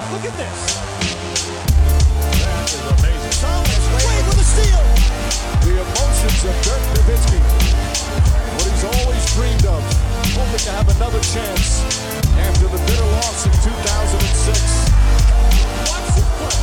Look at this. That is amazing. Thomas Wade with a steal. The emotions of Dirk Nowitzki. What he's always dreamed of. Hoping to have another chance after the bitter loss in 2006. Watch the play.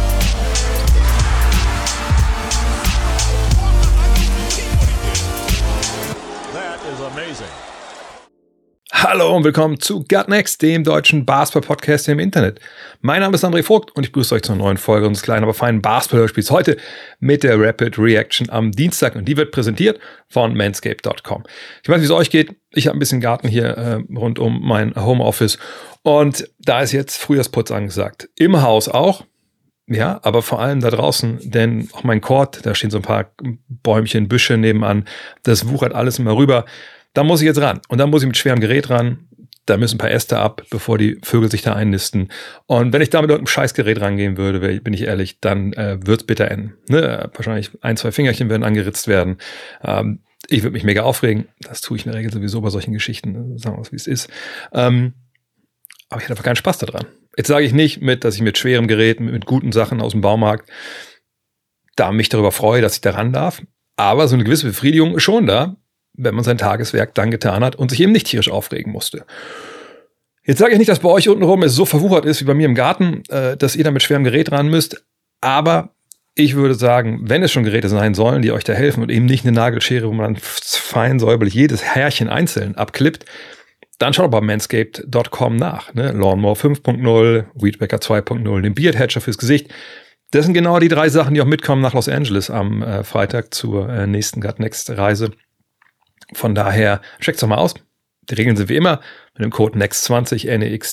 That is amazing. Hallo und willkommen zu Gut Next, dem deutschen Basketball-Podcast im Internet. Mein Name ist André Vogt und ich begrüße euch zu einer neuen Folge unseres kleinen, aber feinen Basketball-Hörspiels. Heute mit der Rapid Reaction am Dienstag und die wird präsentiert von Manscaped.com. Ich weiß nicht, wie es euch geht. Ich habe ein bisschen Garten hier rund um mein Homeoffice und da ist jetzt Frühjahrsputz angesagt. Im Haus auch. Ja, aber vor allem da draußen, denn auch mein Court, da stehen so ein paar Bäumchen, Büsche nebenan, das wuchert alles immer rüber. Da muss ich jetzt ran und dann muss ich mit schwerem Gerät ran. Da müssen ein paar Äste ab, bevor die Vögel sich da einnisten. Und wenn ich da mit irgendeinem Scheißgerät rangehen würde, bin ich ehrlich, dann wird's bitter enden. Ne? Wahrscheinlich 1, 2 Fingerchen werden angeritzt werden. Ich würde mich mega aufregen. Das tue ich in der Regel sowieso bei solchen Geschichten. Ne? Sagen wir es, wie es ist. Aber ich hätte einfach keinen Spaß daran. Jetzt sage ich nicht, dass ich mit schwerem Gerät, mit guten Sachen aus dem Baumarkt, da mich darüber freue, dass ich da ran darf. Aber so eine gewisse Befriedigung ist schon da, wenn man sein Tageswerk dann getan hat und sich eben nicht tierisch aufregen musste. Jetzt sage ich nicht, dass bei euch untenrum es so verwuchert ist wie bei mir im Garten, dass ihr da mit schwerem Gerät ran müsst. Aber ich würde sagen, wenn es schon Geräte sein sollen, die euch da helfen und eben nicht eine Nagelschere, wo man dann fein säuberlich jedes Härchen einzeln abklippt, dann schaut doch bei Manscaped.com nach. Ne? Lawnmower 5.0, Weedwacker 2.0, den Beard Hatcher fürs Gesicht. Das sind genau die 3 Sachen, die auch mitkommen nach Los Angeles am Freitag zur nächsten Gut Next Reise. Von daher, checkt's doch mal aus. Die Regeln sind wie immer. Mit dem Code NEXT20,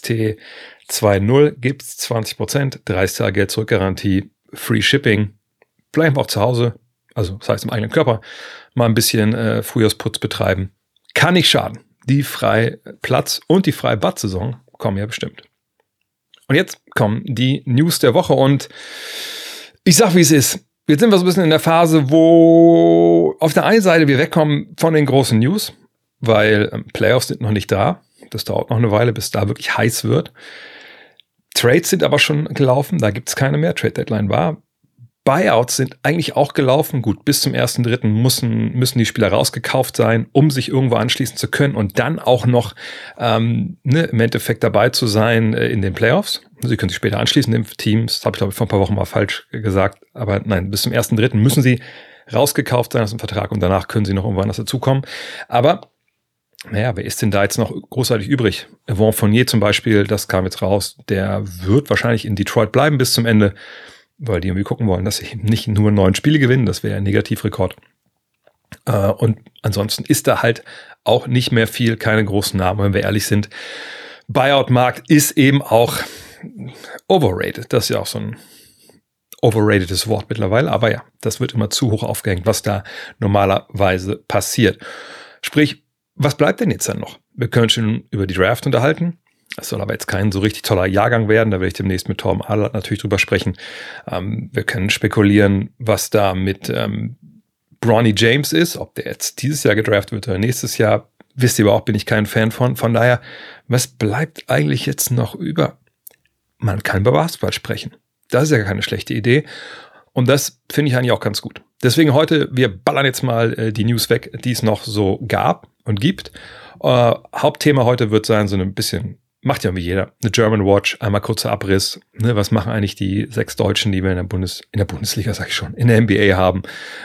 NEXT20 gibt's 20%, 30 Tage Geld zurück Garantie, Free Shipping. Bleiben wir auch zu Hause, also das heißt im eigenen Körper, mal ein bisschen Frühjahrsputz betreiben. Kann nicht schaden. Die Freiplatz- und die Freibad-Saison kommen ja bestimmt. Und jetzt kommen die News der Woche und ich sag, wie es ist. Jetzt sind wir so ein bisschen in der Phase, wo auf der einen Seite wir wegkommen von den großen News, weil Playoffs sind noch nicht da. Das dauert noch eine Weile, bis da wirklich heiß wird. Trades sind aber schon gelaufen, da gibt es keine mehr. Trade Deadline war. Buyouts sind eigentlich auch gelaufen. Gut, bis zum 1.3. müssen die Spieler rausgekauft sein, um sich irgendwo anschließen zu können und dann auch noch im Endeffekt dabei zu sein in den Playoffs. Sie können sich später anschließen in den Teams. Das habe ich, glaube ich, vor ein paar Wochen mal falsch gesagt. Aber nein, bis zum 1.3. müssen sie rausgekauft sein aus dem Vertrag und danach können sie noch irgendwann anders dazukommen. Aber naja, wer ist denn da jetzt noch großartig übrig? Yvonne Fournier zum Beispiel, das kam jetzt raus, der wird wahrscheinlich in Detroit bleiben bis zum Ende, weil die irgendwie gucken wollen, dass sie nicht nur 9 Spiele gewinnen, das wäre ein Negativrekord. Und ansonsten ist da halt auch nicht mehr viel, keine großen Namen, wenn wir ehrlich sind. Buyout-Markt ist eben auch overrated. Das ist ja auch so ein overratedes Wort mittlerweile, aber ja, das wird immer zu hoch aufgehängt, was da normalerweise passiert. Sprich, was bleibt denn jetzt dann noch? Wir können schon über die Draft unterhalten. Es soll aber jetzt kein so richtig toller Jahrgang werden. Da werde ich demnächst mit Torben Adler natürlich drüber sprechen. Wir können spekulieren, was da mit Bronny James ist. Ob der jetzt dieses Jahr gedraftet wird oder nächstes Jahr. Wisst ihr aber auch, bin ich kein Fan von. Von daher, was bleibt eigentlich jetzt noch über? Man kann über Basketball sprechen. Das ist ja keine schlechte Idee. Und das finde ich eigentlich auch ganz gut. Deswegen heute, wir ballern jetzt mal die News weg, die es noch so gab und gibt. Hauptthema heute wird sein, so ein bisschen, macht ja wie jeder, eine German Watch, einmal kurzer Abriss. Ne, was machen eigentlich die 6 Deutschen, die wir in der Bundesliga, sag ich schon, in der NBA haben.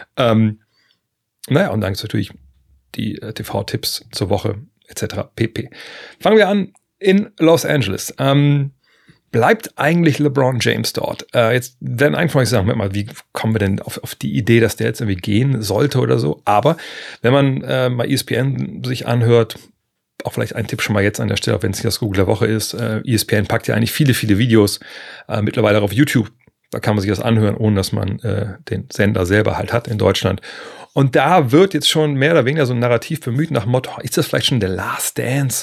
Naja, und dann ist natürlich die TV-Tipps zur Woche etc. pp. Fangen wir an in Los Angeles. Bleibt eigentlich LeBron James dort? Jetzt werden einige von euch sagen, mal, wie kommen wir denn auf die Idee, dass der jetzt irgendwie gehen sollte oder so? Aber wenn man mal ESPN sich anhört, auch vielleicht ein Tipp schon mal jetzt an der Stelle, wenn es nicht das Google der Woche ist, ESPN packt ja eigentlich viele, viele Videos mittlerweile auf YouTube. Da kann man sich das anhören, ohne dass man den Sender selber halt hat in Deutschland. Und da wird jetzt schon mehr oder weniger so ein Narrativ bemüht nach dem Motto, ist das vielleicht schon der Last Dance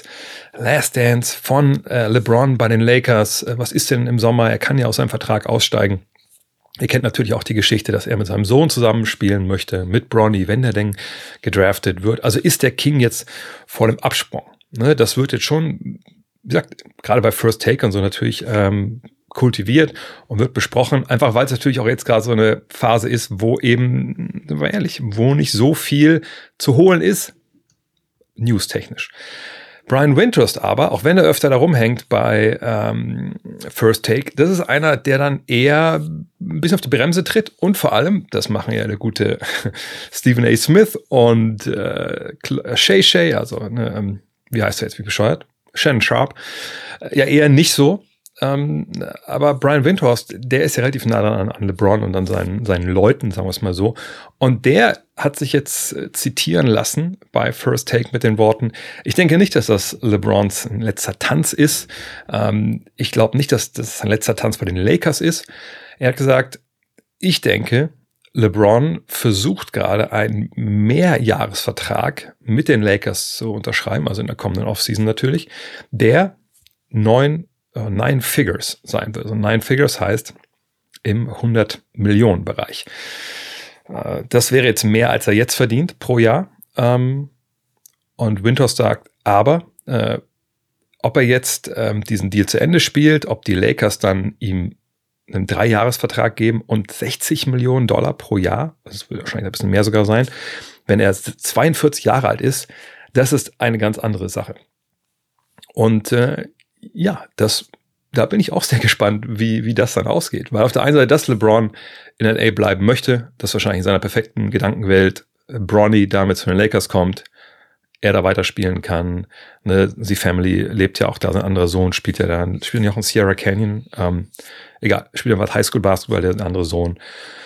von LeBron bei den Lakers? Was ist denn im Sommer? Er kann ja aus seinem Vertrag aussteigen. Ihr kennt natürlich auch die Geschichte, dass er mit seinem Sohn zusammenspielen möchte, mit Bronny, wenn der denn gedraftet wird. Also ist der King jetzt vor dem Absprung? Ne, das wird jetzt schon, wie gesagt, gerade bei First Take und so natürlich kultiviert und wird besprochen, einfach weil es natürlich auch jetzt gerade so eine Phase ist, wo eben, sind wir ehrlich, wo nicht so viel zu holen ist, newstechnisch. Brian Windhorst aber, auch wenn er öfter da rumhängt bei First Take, das ist einer, der dann eher ein bisschen auf die Bremse tritt und vor allem, das machen ja der gute Stephen A. Smith und Shay, also wie heißt er jetzt, wie bescheuert? Shannon Sharp, ja eher nicht so. Aber Brian Windhorst, der ist ja relativ nah an LeBron und an seinen Leuten, sagen wir es mal so. Und der hat sich jetzt zitieren lassen bei First Take mit den Worten: Ich denke nicht, dass das LeBrons letzter Tanz ist. Ich glaube nicht, dass das sein letzter Tanz bei den Lakers ist. Er hat gesagt, ich denke, LeBron versucht gerade einen Mehrjahresvertrag mit den Lakers zu unterschreiben, also in der kommenden Offseason natürlich, der 9 Figures sein wird. Also 9 Figures heißt im 100-Millionen-Bereich. Das wäre jetzt mehr, als er jetzt verdient pro Jahr. Und Windhorst sagt, aber ob er jetzt diesen Deal zu Ende spielt, ob die Lakers dann ihm einen 3-Jahres-Vertrag geben und $60 Millionen pro Jahr, das wird wahrscheinlich ein bisschen mehr sogar sein, wenn er 42 Jahre alt ist, das ist eine ganz andere Sache. Und ja, da bin ich auch sehr gespannt, wie das dann ausgeht. Weil auf der einen Seite, dass LeBron in LA bleiben möchte, dass wahrscheinlich in seiner perfekten Gedankenwelt Bronny damit zu den Lakers kommt, er da weiterspielen kann. Ne, die Family lebt ja auch da, sein anderer Sohn spielt ja auch in Sierra Canyon. Egal, spielt ja Highschool-Basketball, der andere Sohn.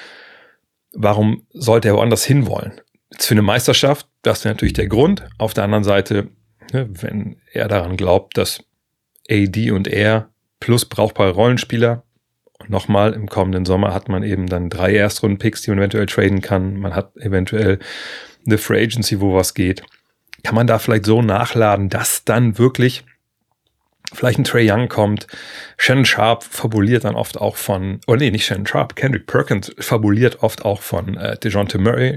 Warum sollte er woanders hinwollen? Jetzt für eine Meisterschaft, das wäre natürlich der Grund. Auf der anderen Seite, ne, wenn er daran glaubt, dass AD und er plus brauchbare Rollenspieler. Und nochmal, im kommenden Sommer hat man eben dann 3 Erstrunden-Picks, die man eventuell traden kann. Man hat eventuell eine Free Agency, wo was geht. Kann man da vielleicht so nachladen, dass dann wirklich vielleicht ein Trae Young kommt. Shannon Sharp fabuliert dann oft auch von, nicht Shannon Sharp, Kendrick Perkins fabuliert oft auch von DeJounte Murray.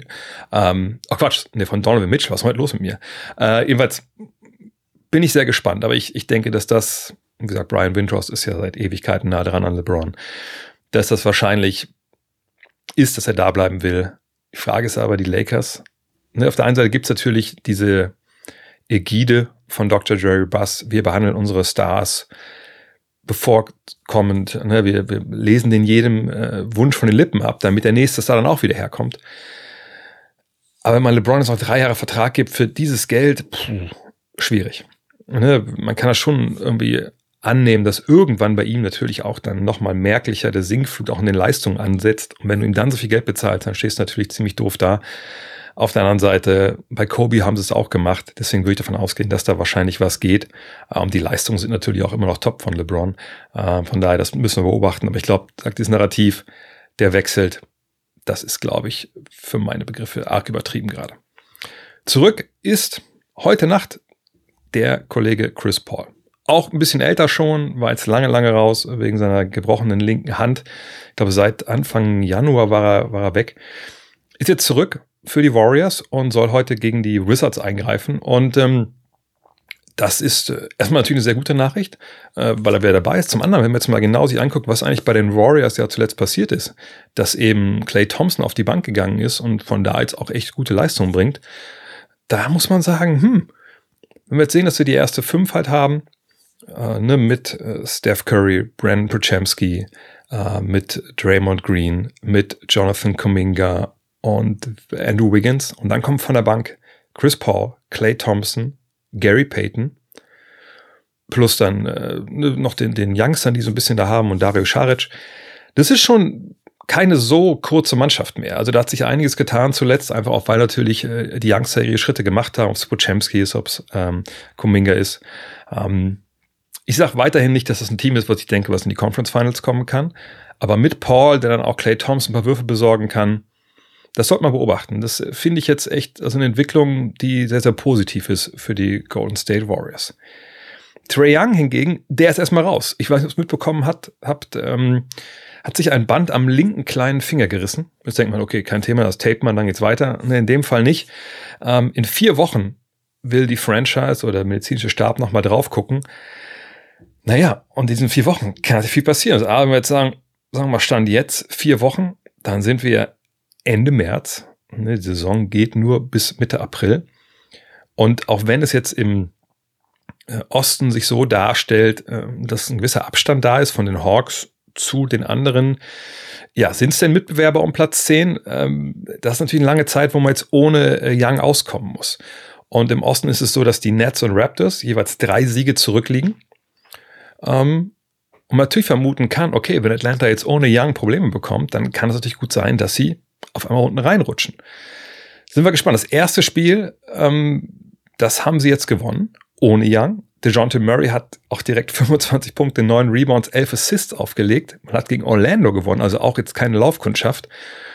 Von Donovan Mitchell. Was ist heute los mit mir? Jedenfalls bin ich sehr gespannt, aber ich denke, dass das, wie gesagt, Brian Windhorst ist ja seit Ewigkeiten nah dran an LeBron, dass das wahrscheinlich ist, dass er da bleiben will. Die Frage ist aber, die Lakers, ne, auf der einen Seite gibt es natürlich diese Ägide von Dr. Jerry Buss, wir behandeln unsere Stars bevorkommend, ne, wir lesen den jedem Wunsch von den Lippen ab, damit der nächste Star dann auch wieder herkommt. Aber wenn man LeBron jetzt noch 3 Jahre Vertrag gibt für dieses Geld, schwierig. Ne, man kann das schon irgendwie annehmen, dass irgendwann bei ihm natürlich auch dann nochmal merklicher der Sinkflug auch in den Leistungen ansetzt. Und wenn du ihm dann so viel Geld bezahlst, dann stehst du natürlich ziemlich doof da. Auf der anderen Seite, bei Kobe haben sie es auch gemacht. Deswegen würde ich davon ausgehen, dass da wahrscheinlich was geht. Die Leistungen sind natürlich auch immer noch top von LeBron. Von daher, das müssen wir beobachten. Aber ich glaube, dieses Narrativ, der wechselt, das ist, glaube ich, für meine Begriffe arg übertrieben gerade. Zurück ist heute Nacht der Kollege Chris Paul. Auch ein bisschen älter schon, war jetzt lange raus wegen seiner gebrochenen linken Hand. Ich glaube, seit Anfang Januar war er weg. Ist jetzt zurück für die Warriors und soll heute gegen die Wizards eingreifen. Und das ist erstmal natürlich eine sehr gute Nachricht, weil er wieder dabei ist. Zum anderen, wenn man jetzt mal genau sich anguckt, was eigentlich bei den Warriors ja zuletzt passiert ist, dass eben Klay Thompson auf die Bank gegangen ist und von da jetzt auch echt gute Leistungen bringt, da muss man sagen, wenn wir jetzt sehen, dass wir die erste 5 halt haben, mit Steph Curry, Brandon Podziemski, mit Draymond Green, mit Jonathan Kuminga und Andrew Wiggins. Und dann kommt von der Bank Chris Paul, Klay Thompson, Gary Payton, plus dann noch den Youngstern, die so ein bisschen da haben, und Dario Saric. Das ist schon keine so kurze Mannschaft mehr. Also da hat sich einiges getan zuletzt, einfach auch, weil natürlich die Youngster ihre Schritte gemacht haben, ob es Podziemski ist, ob es Kuminga ist. Ich sage weiterhin nicht, dass das ein Team ist, was ich denke, was in die Conference Finals kommen kann. Aber mit Paul, der dann auch Klay Thompson ein paar Würfe besorgen kann, das sollte man beobachten. Das finde ich jetzt echt eine Entwicklung, die sehr, sehr positiv ist für die Golden State Warriors. Trae Young hingegen, der ist erstmal raus. Ich weiß nicht, ob ihr es mitbekommen habt, hat sich ein Band am linken kleinen Finger gerissen. Jetzt denkt man, okay, kein Thema, das tapet man, dann geht's weiter. Nee, in dem Fall nicht. In 4 Wochen will die Franchise oder der medizinische Stab nochmal drauf gucken. Naja, und in diesen 4 Wochen kann natürlich viel passieren. Also, wenn wir jetzt sagen wir mal, Stand jetzt 4 Wochen, dann sind wir Ende März. Die Saison geht nur bis Mitte April. Und auch wenn es jetzt im Osten sich so darstellt, dass ein gewisser Abstand da ist von den Hawks zu den anderen, ja, sind es denn Mitbewerber um Platz 10? Das ist natürlich eine lange Zeit, wo man jetzt ohne Young auskommen muss. Und im Osten ist es so, dass die Nets und Raptors jeweils 3 Siege zurückliegen. Und man natürlich vermuten kann, okay, wenn Atlanta jetzt ohne Young Probleme bekommt, dann kann es natürlich gut sein, dass sie auf einmal unten reinrutschen. Sind wir gespannt. Das erste Spiel, das haben sie jetzt gewonnen, ohne Young. DeJounte Murray hat auch direkt 25 Punkte, 9 Rebounds, 11 Assists aufgelegt. Man hat gegen Orlando gewonnen, also auch jetzt keine Laufkundschaft.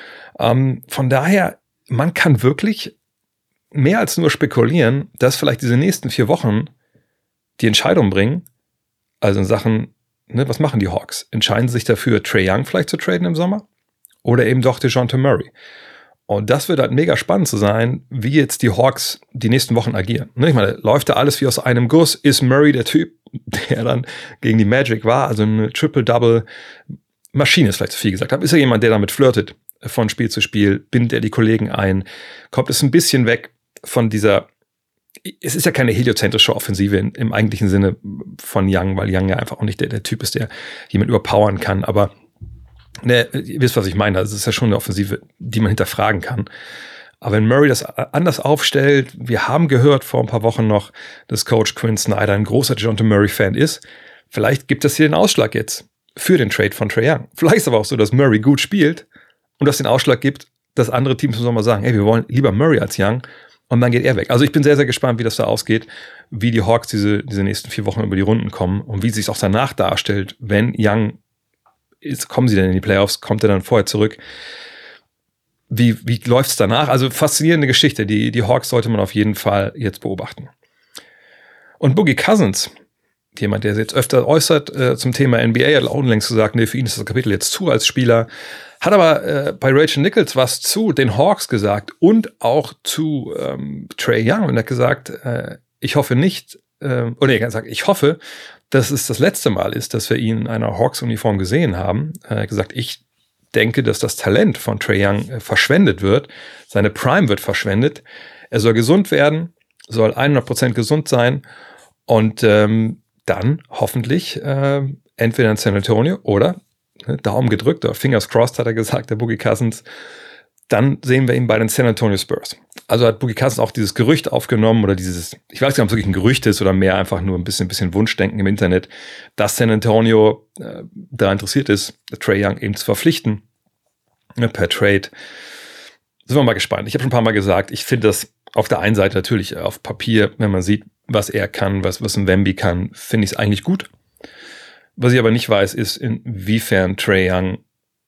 Von daher, man kann wirklich mehr als nur spekulieren, dass vielleicht diese nächsten 4 Wochen die Entscheidung bringen. Also in Sachen, was machen die Hawks? Entscheiden sie sich dafür, Trae Young vielleicht zu traden im Sommer? Oder eben doch DeJounte Murray? Und das wird halt mega spannend zu sein, wie jetzt die Hawks die nächsten Wochen agieren. Ich meine, läuft da alles wie aus einem Guss? Ist Murray der Typ, der dann gegen die Magic war? Also eine Triple-Double-Maschine ist vielleicht zu viel gesagt. Ist er jemand, der damit flirtet von Spiel zu Spiel? Bindet er die Kollegen ein? Kommt es ein bisschen weg von dieser, es ist ja keine heliozentrische Offensive im eigentlichen Sinne von Young, weil Young ja einfach auch nicht der Typ ist, der jemand überpowern kann, aber ihr wisst, was ich meine. Also es ist ja schon eine Offensive, die man hinterfragen kann. Aber wenn Murray das anders aufstellt, wir haben gehört vor ein paar Wochen noch, dass Coach Quinn Snyder ein großer DeJounte Murray-Fan ist. Vielleicht gibt es hier den Ausschlag jetzt für den Trade von Trae Young. Vielleicht ist es aber auch so, dass Murray gut spielt und das den Ausschlag gibt, dass andere Teams im Sommer sagen, hey, wir wollen lieber Murray als Young, und dann geht er weg. Also ich bin sehr, sehr gespannt, wie das da ausgeht, wie die Hawks diese nächsten 4 Wochen über die Runden kommen und wie es sich auch danach darstellt, wenn Young kommen sie denn in die Playoffs? Kommt er dann vorher zurück? Wie läuft es danach? Also faszinierende Geschichte. Die Hawks sollte man auf jeden Fall jetzt beobachten. Und Boogie Cousins, jemand, der sich jetzt öfter äußert zum Thema NBA, hat auch unlängst gesagt, nee, für ihn ist das Kapitel jetzt zu als Spieler. Hat aber bei Rachel Nichols was zu den Hawks gesagt und auch zu Trae Young. Und er hat gesagt, ich hoffe nicht, er hat gesagt, ich hoffe, dass es das letzte Mal ist, dass wir ihn in einer Hawks-Uniform gesehen haben. Er hat gesagt, ich denke, dass das Talent von Trae Young verschwendet wird. Seine Prime wird verschwendet. Er soll gesund werden, soll 100% gesund sein und dann hoffentlich entweder in San Antonio oder Daumen gedrückt oder Fingers crossed, hat er gesagt, der Boogie Cousins. Dann sehen wir ihn bei den San Antonio Spurs. Also hat Boogie Cousins auch dieses Gerücht aufgenommen oder dieses, ich weiß nicht, ob es wirklich ein Gerücht ist oder mehr einfach nur ein bisschen Wunschdenken im Internet, dass San Antonio da interessiert ist, Trae Young eben zu verpflichten per Trade. Sind wir mal gespannt. Ich habe schon ein paar Mal gesagt, ich finde das auf der einen Seite natürlich auf Papier, wenn man sieht, was er kann, was ein Wemby kann, finde ich es eigentlich gut. Was ich aber nicht weiß, ist, inwiefern Trae Young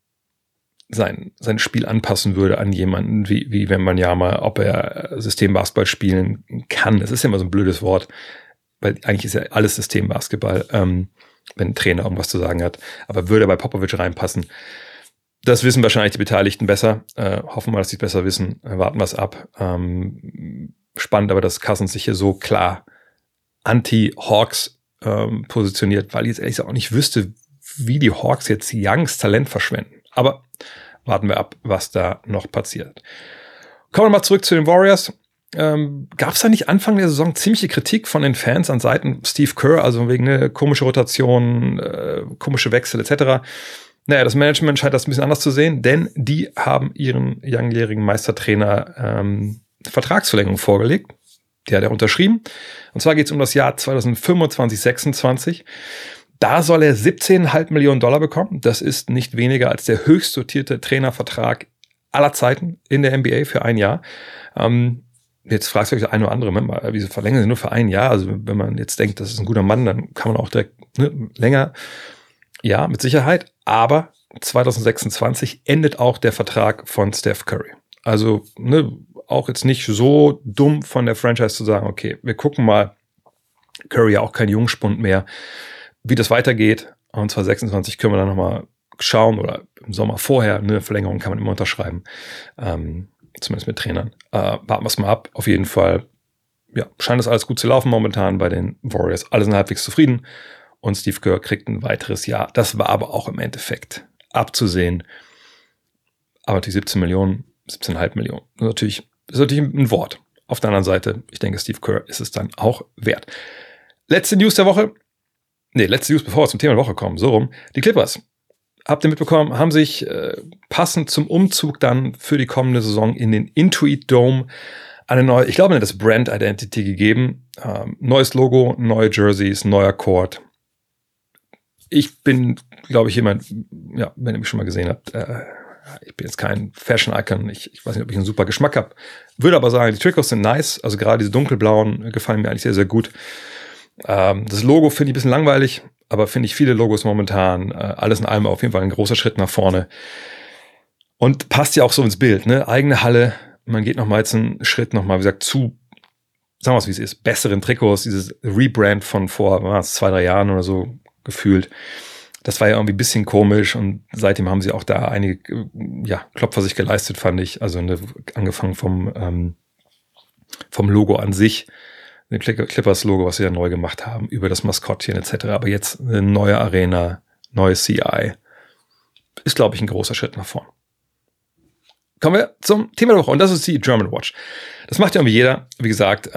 sein Spiel anpassen würde an jemanden wie Wembanyama, ob er Systembasketball spielen kann. Das ist ja immer so ein blödes Wort, weil eigentlich ist ja alles Systembasketball, wenn ein Trainer irgendwas zu sagen hat. Aber würde er bei Popovic reinpassen? Das wissen wahrscheinlich die Beteiligten besser. Hoffen wir, dass sie es besser wissen. Warten wir es ab. Spannend aber, dass Cousins sich hier so klar anti-Hawks positioniert, weil ich jetzt ehrlich gesagt auch nicht wüsste, wie die Hawks jetzt Youngs Talent verschwenden. Aber warten wir ab, was da noch passiert. Kommen wir mal zurück zu den Warriors. Gab es da nicht Anfang der Saison ziemliche Kritik von den Fans an Seiten Steve Kerr, also wegen eine komische Rotation, komische Wechsel etc.? Naja, das Management scheint das ein bisschen anders zu sehen, denn die haben ihren langjährigen Meistertrainer Vertragsverlängerung vorgelegt. Die hat er unterschrieben. Und zwar geht es um das Jahr 2025-26. Da soll er $17,5 Millionen bekommen. Das ist nicht weniger als der höchst dotierte Trainervertrag aller Zeiten in der NBA für ein Jahr. Jetzt fragt euch der eine oder andere, wieso verlängern sie nur für ein Jahr? Also wenn man jetzt denkt, das ist ein guter Mann, dann kann man auch direkt länger. Ja, mit Sicherheit. Aber 2026 endet auch der Vertrag von Steph Curry. Also auch jetzt nicht so dumm von der Franchise zu sagen, okay, wir gucken mal, Curry ja auch kein Jungspund mehr, wie das weitergeht. Und 2026 können wir dann nochmal schauen oder im Sommer vorher, eine Verlängerung kann man immer unterschreiben, zumindest mit Trainern. Warten wir es mal ab. Auf jeden Fall, ja, scheint das alles gut zu laufen momentan bei den Warriors. Alle sind halbwegs zufrieden und Steve Kerr kriegt ein weiteres Jahr. Das war aber auch im Endeffekt abzusehen. Aber natürlich 17 Millionen, 17,5 Millionen. Das ist natürlich ein Wort. Auf der anderen Seite, ich denke, Steve Kerr ist es dann auch wert. Letzte News, bevor wir zum Thema der Woche kommen, so rum. Die Clippers, habt ihr mitbekommen, haben sich passend zum Umzug dann für die kommende Saison in den Intuit Dome eine neue, ich glaube, das Brand Identity gegeben. Neues Logo, neue Jerseys, neuer Court. Ich bin, glaube ich, jemand, ja, wenn ihr mich schon mal gesehen habt, ich bin jetzt kein Fashion-Icon, ich weiß nicht, ob ich einen super Geschmack habe, würde aber sagen, die Trikots sind nice, also gerade diese dunkelblauen gefallen mir eigentlich sehr, sehr gut. Das Logo finde ich ein bisschen langweilig, aber finde ich viele Logos momentan, alles in allem auf jeden Fall ein großer Schritt nach vorne. Und passt ja auch so ins Bild, ne? Eigene Halle, man geht nochmal jetzt einen Schritt nochmal, wie gesagt, zu, sagen wir es wie es ist, besseren Trikots, dieses Rebrand von vor 2-3 Jahren oder so gefühlt. Das war ja irgendwie ein bisschen komisch und seitdem haben sie auch da einige Klopfer sich geleistet, fand ich. Also angefangen vom Logo an sich, dem Clippers-Logo, was sie ja neu gemacht haben, über das Maskottchen etc. Aber jetzt eine neue Arena, neues CI. Ist, glaube ich, ein großer Schritt nach vorn. Kommen wir zum Thema der Woche und das ist die German Watch. Das macht ja irgendwie jeder, wie gesagt.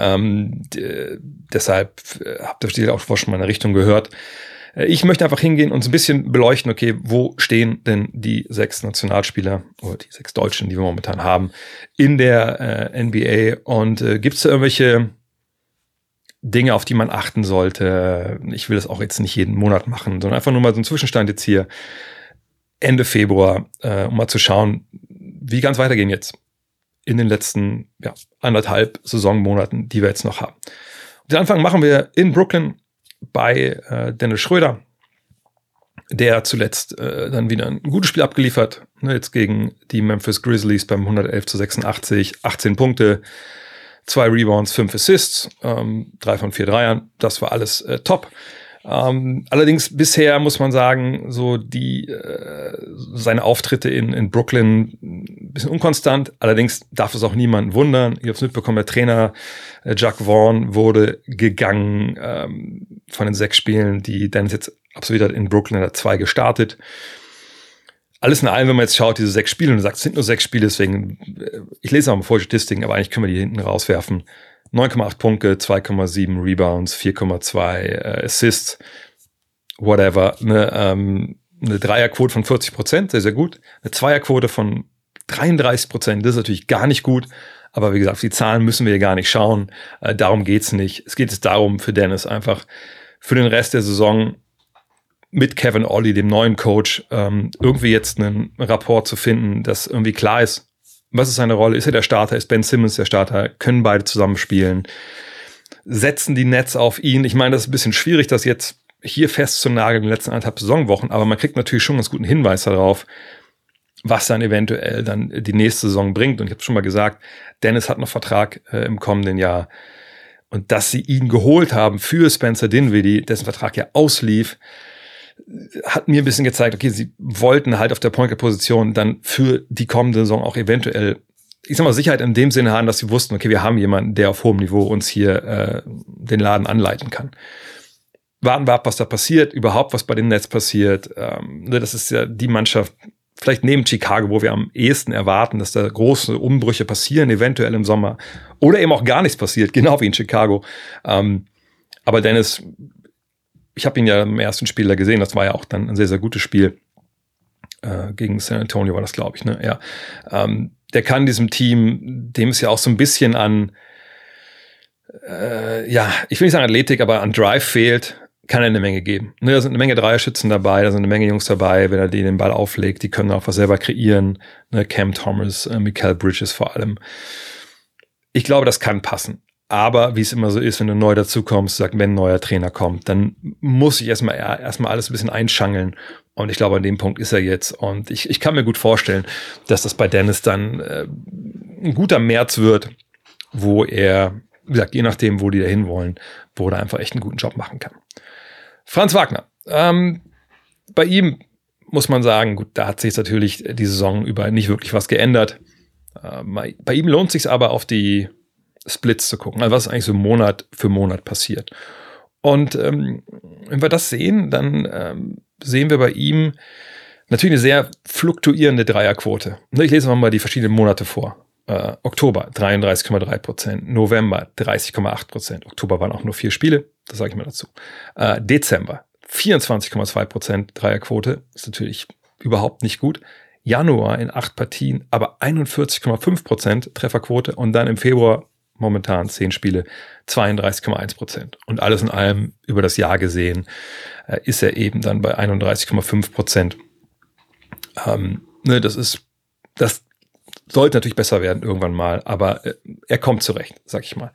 Deshalb habt ihr vielleicht auch schon mal in eine Richtung gehört. Ich möchte einfach hingehen und so ein bisschen beleuchten, okay, wo stehen denn die 6 Nationalspieler oder die 6 Deutschen, die wir momentan haben, in der NBA und gibt es da irgendwelche Dinge, auf die man achten sollte? Ich will das auch jetzt nicht jeden Monat machen, sondern einfach nur mal so einen Zwischenstand jetzt hier Ende Februar, um mal zu schauen, wie kann es weitergehen jetzt in den letzten 1,5 Saisonmonaten, die wir jetzt noch haben. Den Anfang machen wir in Brooklyn bei Dennis Schröder, der zuletzt dann wieder ein gutes Spiel abgeliefert, ne, jetzt gegen die Memphis Grizzlies beim 111-86, 18 Punkte, 2 Rebounds, 5 Assists, 3 von 4 Dreiern, das war alles top. Allerdings bisher muss man sagen, so seine Auftritte in Brooklyn ein bisschen unkonstant. Allerdings darf es auch niemanden wundern. Ihr habt es mitbekommen, der Trainer Jack Vaughn wurde gegangen von den 6 Spielen, die Dennis jetzt absolviert hat in Brooklyn, hat 2 gestartet. Alles in allem, wenn man jetzt schaut, diese 6 Spiele und sagt, es sind nur 6 Spiele, deswegen, ich lese auch mal vor die Statistiken, aber eigentlich können wir die hinten rauswerfen. 9,8 Punkte, 2,7 Rebounds, 4,2 Assists, whatever. Eine Dreierquote von 40%, sehr, sehr gut. Eine Zweierquote von 33%, das ist natürlich gar nicht gut. Aber wie gesagt, auf die Zahlen müssen wir hier gar nicht schauen. Darum geht's nicht. Es geht jetzt darum, für Dennis einfach für den Rest der Saison mit Kevin Ollie, dem neuen Coach, irgendwie jetzt einen Rapport zu finden, dass irgendwie klar ist, was ist seine Rolle? Ist er der Starter? Ist Ben Simmons der Starter? Können beide zusammenspielen? Setzen die Nets auf ihn? Ich meine, das ist ein bisschen schwierig, das jetzt hier festzunageln in den letzten 1,5 Saisonwochen, aber man kriegt natürlich schon einen ganz guten Hinweis darauf, was dann eventuell dann die nächste Saison bringt. Und ich habe schon mal gesagt, Dennis hat noch Vertrag im kommenden Jahr. Und dass sie ihn geholt haben für Spencer Dinwiddie, dessen Vertrag ja auslief, hat mir ein bisschen gezeigt, okay, sie wollten halt auf der Point-Guard-Position dann für die kommende Saison auch eventuell, ich sag mal, Sicherheit in dem Sinne haben, dass sie wussten, okay, wir haben jemanden, der auf hohem Niveau uns hier den Laden anleiten kann. Warten wir ab, was da passiert, überhaupt was bei den Nets passiert. Das ist ja die Mannschaft, vielleicht neben Chicago, wo wir am ehesten erwarten, dass da große Umbrüche passieren, eventuell im Sommer. Oder eben auch gar nichts passiert, genau wie in Chicago. Aber Dennis, ich habe ihn ja im ersten Spiel da gesehen, das war ja auch dann ein sehr, sehr gutes Spiel. Gegen San Antonio war das, glaube ich, ne? Ja. Der kann diesem Team, dem es ja auch so ein bisschen an, ich will nicht sagen Athletik, aber an Drive fehlt, kann er eine Menge geben. Ne, da sind eine Menge Dreierschützen dabei, da sind eine Menge Jungs dabei, wenn er den Ball auflegt, die können auch was selber kreieren. Ne, Cam Thomas, Mikal Bridges vor allem. Ich glaube, das kann passen. Aber wie es immer so ist, wenn du neu dazukommst, wenn ein neuer Trainer kommt, dann muss ich erstmal alles ein bisschen einschangeln. Und ich glaube, an dem Punkt ist er jetzt. Und ich kann mir gut vorstellen, dass das bei Dennis dann ein guter März wird, wo er, wie gesagt, je nachdem, wo die da hinwollen, wo er einfach echt einen guten Job machen kann. Franz Wagner. Bei ihm muss man sagen, gut, da hat sich natürlich die Saison über nicht wirklich was geändert. Bei ihm lohnt es sich aber auf die Splits zu gucken. Also was ist eigentlich so Monat für Monat passiert. Und wenn wir das sehen, dann sehen wir bei ihm natürlich eine sehr fluktuierende Dreierquote. Ich lese mal die verschiedenen Monate vor. Oktober 33,3%, November 30,8%. Oktober waren auch nur 4 Spiele, das sage ich mal dazu. Dezember 24,2% Dreierquote, ist natürlich überhaupt nicht gut. Januar in 8 Partien, aber 41,5% Trefferquote und dann im Februar momentan 10 Spiele, 32,1%. Und alles in allem über das Jahr gesehen ist er eben dann bei 31,5%. Das sollte natürlich besser werden irgendwann mal, aber er kommt zurecht, sag ich mal.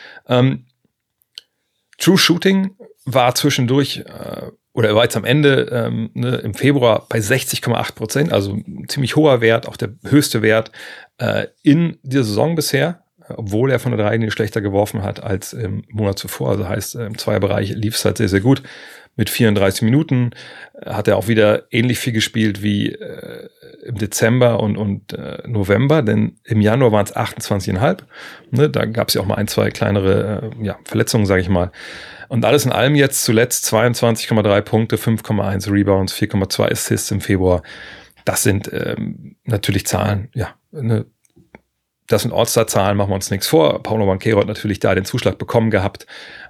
True Shooting war zwischendurch, oder er war jetzt am Ende im Februar bei 60,8%, also ein ziemlich hoher Wert, auch der höchste Wert in dieser Saison bisher, obwohl er von der Dreilinie schlechter geworfen hat als im Monat zuvor. Also heißt, im Zweierbereich lief es halt sehr, sehr gut. Mit 34 Minuten hat er auch wieder ähnlich viel gespielt wie im Dezember und November, denn im Januar waren es 28,5. Ne, da gab es ja auch mal 1, 2 kleinere Verletzungen, sage ich mal. Und alles in allem jetzt zuletzt 22,3 Punkte, 5,1 Rebounds, 4,2 Assists im Februar. Das sind natürlich Zahlen, das sind All-Star-Zahlen, machen wir uns nichts vor. Paolo Banchero hat natürlich da den Zuschlag bekommen gehabt.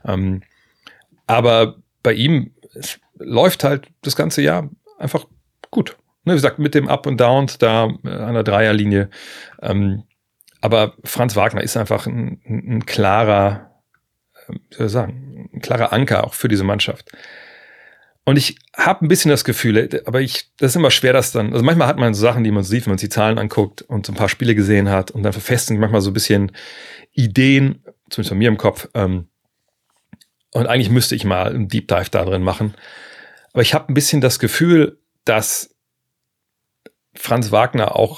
Aber bei ihm läuft halt das ganze Jahr einfach gut. Wie gesagt, mit dem Up und Downs da an der Dreierlinie. Aber Franz Wagner ist einfach ein klarer, ein klarer Anker auch für diese Mannschaft. Und ich habe ein bisschen das Gefühl, aber das ist immer schwer, das dann, also manchmal hat man so Sachen, die man sieht, wenn man sich die Zahlen anguckt und so ein paar Spiele gesehen hat und dann verfestigen manchmal so ein bisschen Ideen, zumindest von mir im Kopf, und eigentlich müsste ich mal einen Deep Dive da drin machen. Aber ich habe ein bisschen das Gefühl, dass Franz Wagner auch,